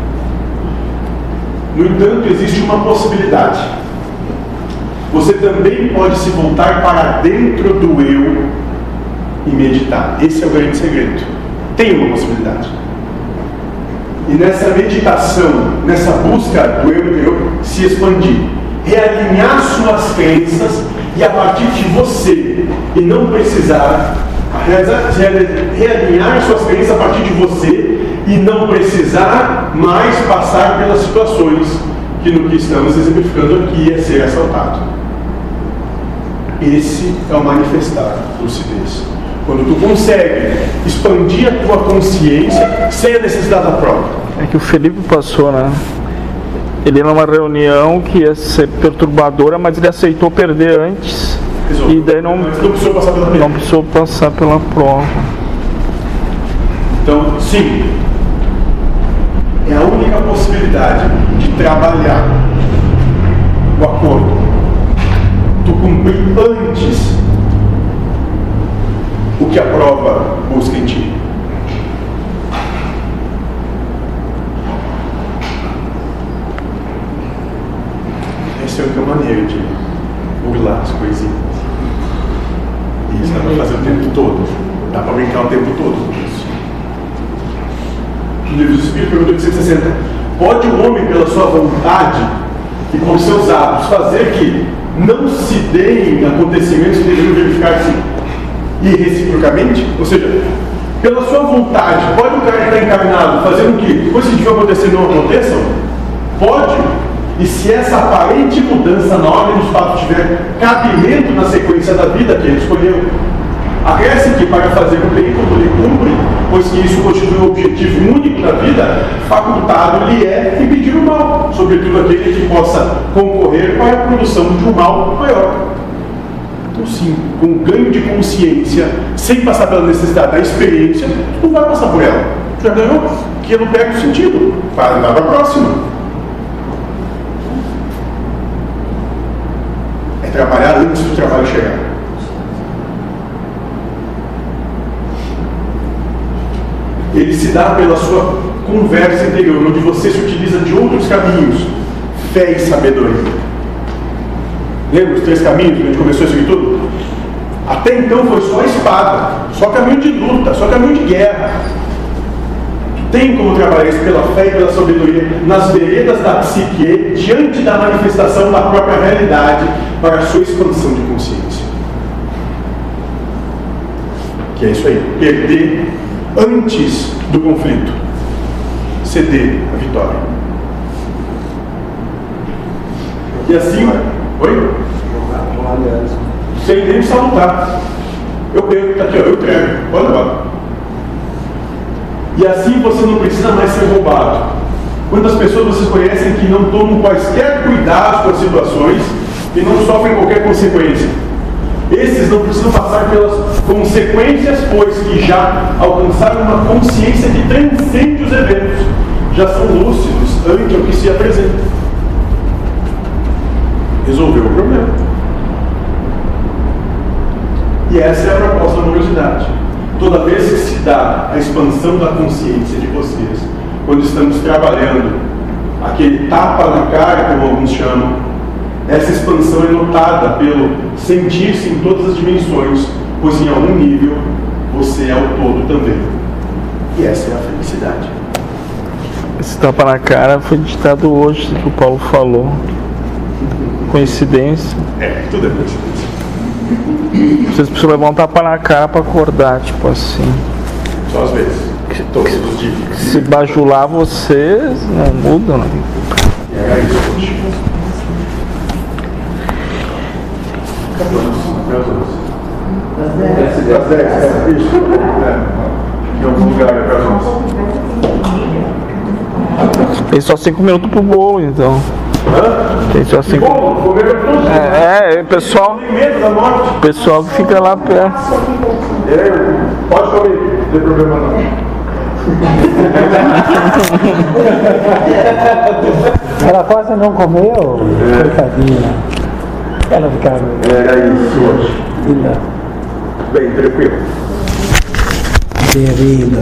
No entanto, existe uma possibilidade. Você também pode se voltar para dentro do eu e meditar. Esse é o grande segredo. Tem uma possibilidade. E nessa meditação, nessa busca do eu interior, se expandir, realinhar suas crenças e a partir de você, e não precisar, realinhar suas crenças a partir de você e não precisar mais passar pelas situações que no que estamos exemplificando aqui é ser assaltado. Esse é o manifestar lucidez. Quando tu consegue expandir a tua consciência sem a necessidade da prova. É que o Felipe passou, né? Ele numa reunião que ia ser perturbadora, mas ele aceitou perder antes. Exato. E daí não, não precisou passar pela prova. Não precisou passar pela prova. Então, sim, é a única possibilidade de trabalhar o acordo. Tu cumprir antes o que a prova busca em ti. Essa é a única maneira de burlar as coisinhas. E isso dá para fazer o tempo todo. Dá para brincar o tempo todo com isso. O livro do Espírito pergunta que cento e sessenta. Pode o homem, pela sua vontade e com seus atos, fazer que não se deem acontecimentos que deveriam verificar-se e reciprocamente? Ou seja, pela sua vontade, pode o cara que está encarnado fazer com que coisas que deviam acontecer não aconteçam? Pode. E se essa aparente mudança na ordem dos fatos tiver cabimento na sequência da vida que ele escolheu, acresce que para fazer o bem quando lhe cumpre, pois que isso constitui um objetivo único da vida, facultado lhe é impedir o mal, sobretudo aquele que possa concorrer para a produção de um mal maior. Então sim, com ganho de consciência, sem passar pela necessidade da experiência, tu não vai passar por ela. Tu já ganhou, que não perde o sentido. Vai para a próxima. É trabalhar antes do trabalho chegar. Ele se dá pela sua conversa interior, onde você se utiliza de outros caminhos, fé e sabedoria. Lembra os três caminhos que a gente começou isso aqui tudo? Até então foi só espada, só caminho de luta, só caminho de guerra. Tem como trabalhar isso pela fé e pela sabedoria nas veredas da psique, diante da manifestação da própria realidade, para a sua expansão de consciência. Que é isso aí, perder antes do conflito, ceder a vitória. E assim, oi? Sem nem salutar. Eu pego, tá aqui, ó, eu entrego, pode levar. E assim você não precisa mais ser roubado. Quantas pessoas vocês conhecem que não tomam quaisquer cuidados com as situações e não sofrem qualquer consequência? Esses não precisam passar pelas consequências, pois que já alcançaram uma consciência que transcende os eventos. Já são lúcidos ante o que se apresenta. Resolveu o problema. E essa é a proposta da amorosidade. Toda vez que se dá a expansão da consciência de vocês, quando estamos trabalhando aquele tapa na cara, como alguns chamam, essa expansão é notada pelo sentir-se em todas as dimensões, pois em algum nível você é o todo também. E essa é a felicidade. Esse tapa na cara foi ditado hoje, que o Paulo falou. Coincidência? É, tudo é coincidência. Vocês precisam levar um tapa na cara para acordar, tipo assim. Só às vezes. Todos os dias. Se bajular vocês, não muda, não. É isso hoje. Às dez, é isso. Em algum lugar é para nós. Tem só cinco minutos pro bolo, então. Hã? Tem só cinco. Bom, comer todos. É, é, pessoal. Tem medo da morte. O pessoal que fica lá perto. É, pode comer, não tem problema não. Ela quase não comeu, É. coitadinha. Ela ficava. Era isso hoje. Linda. Bem, tranquilo. Bem-vinda.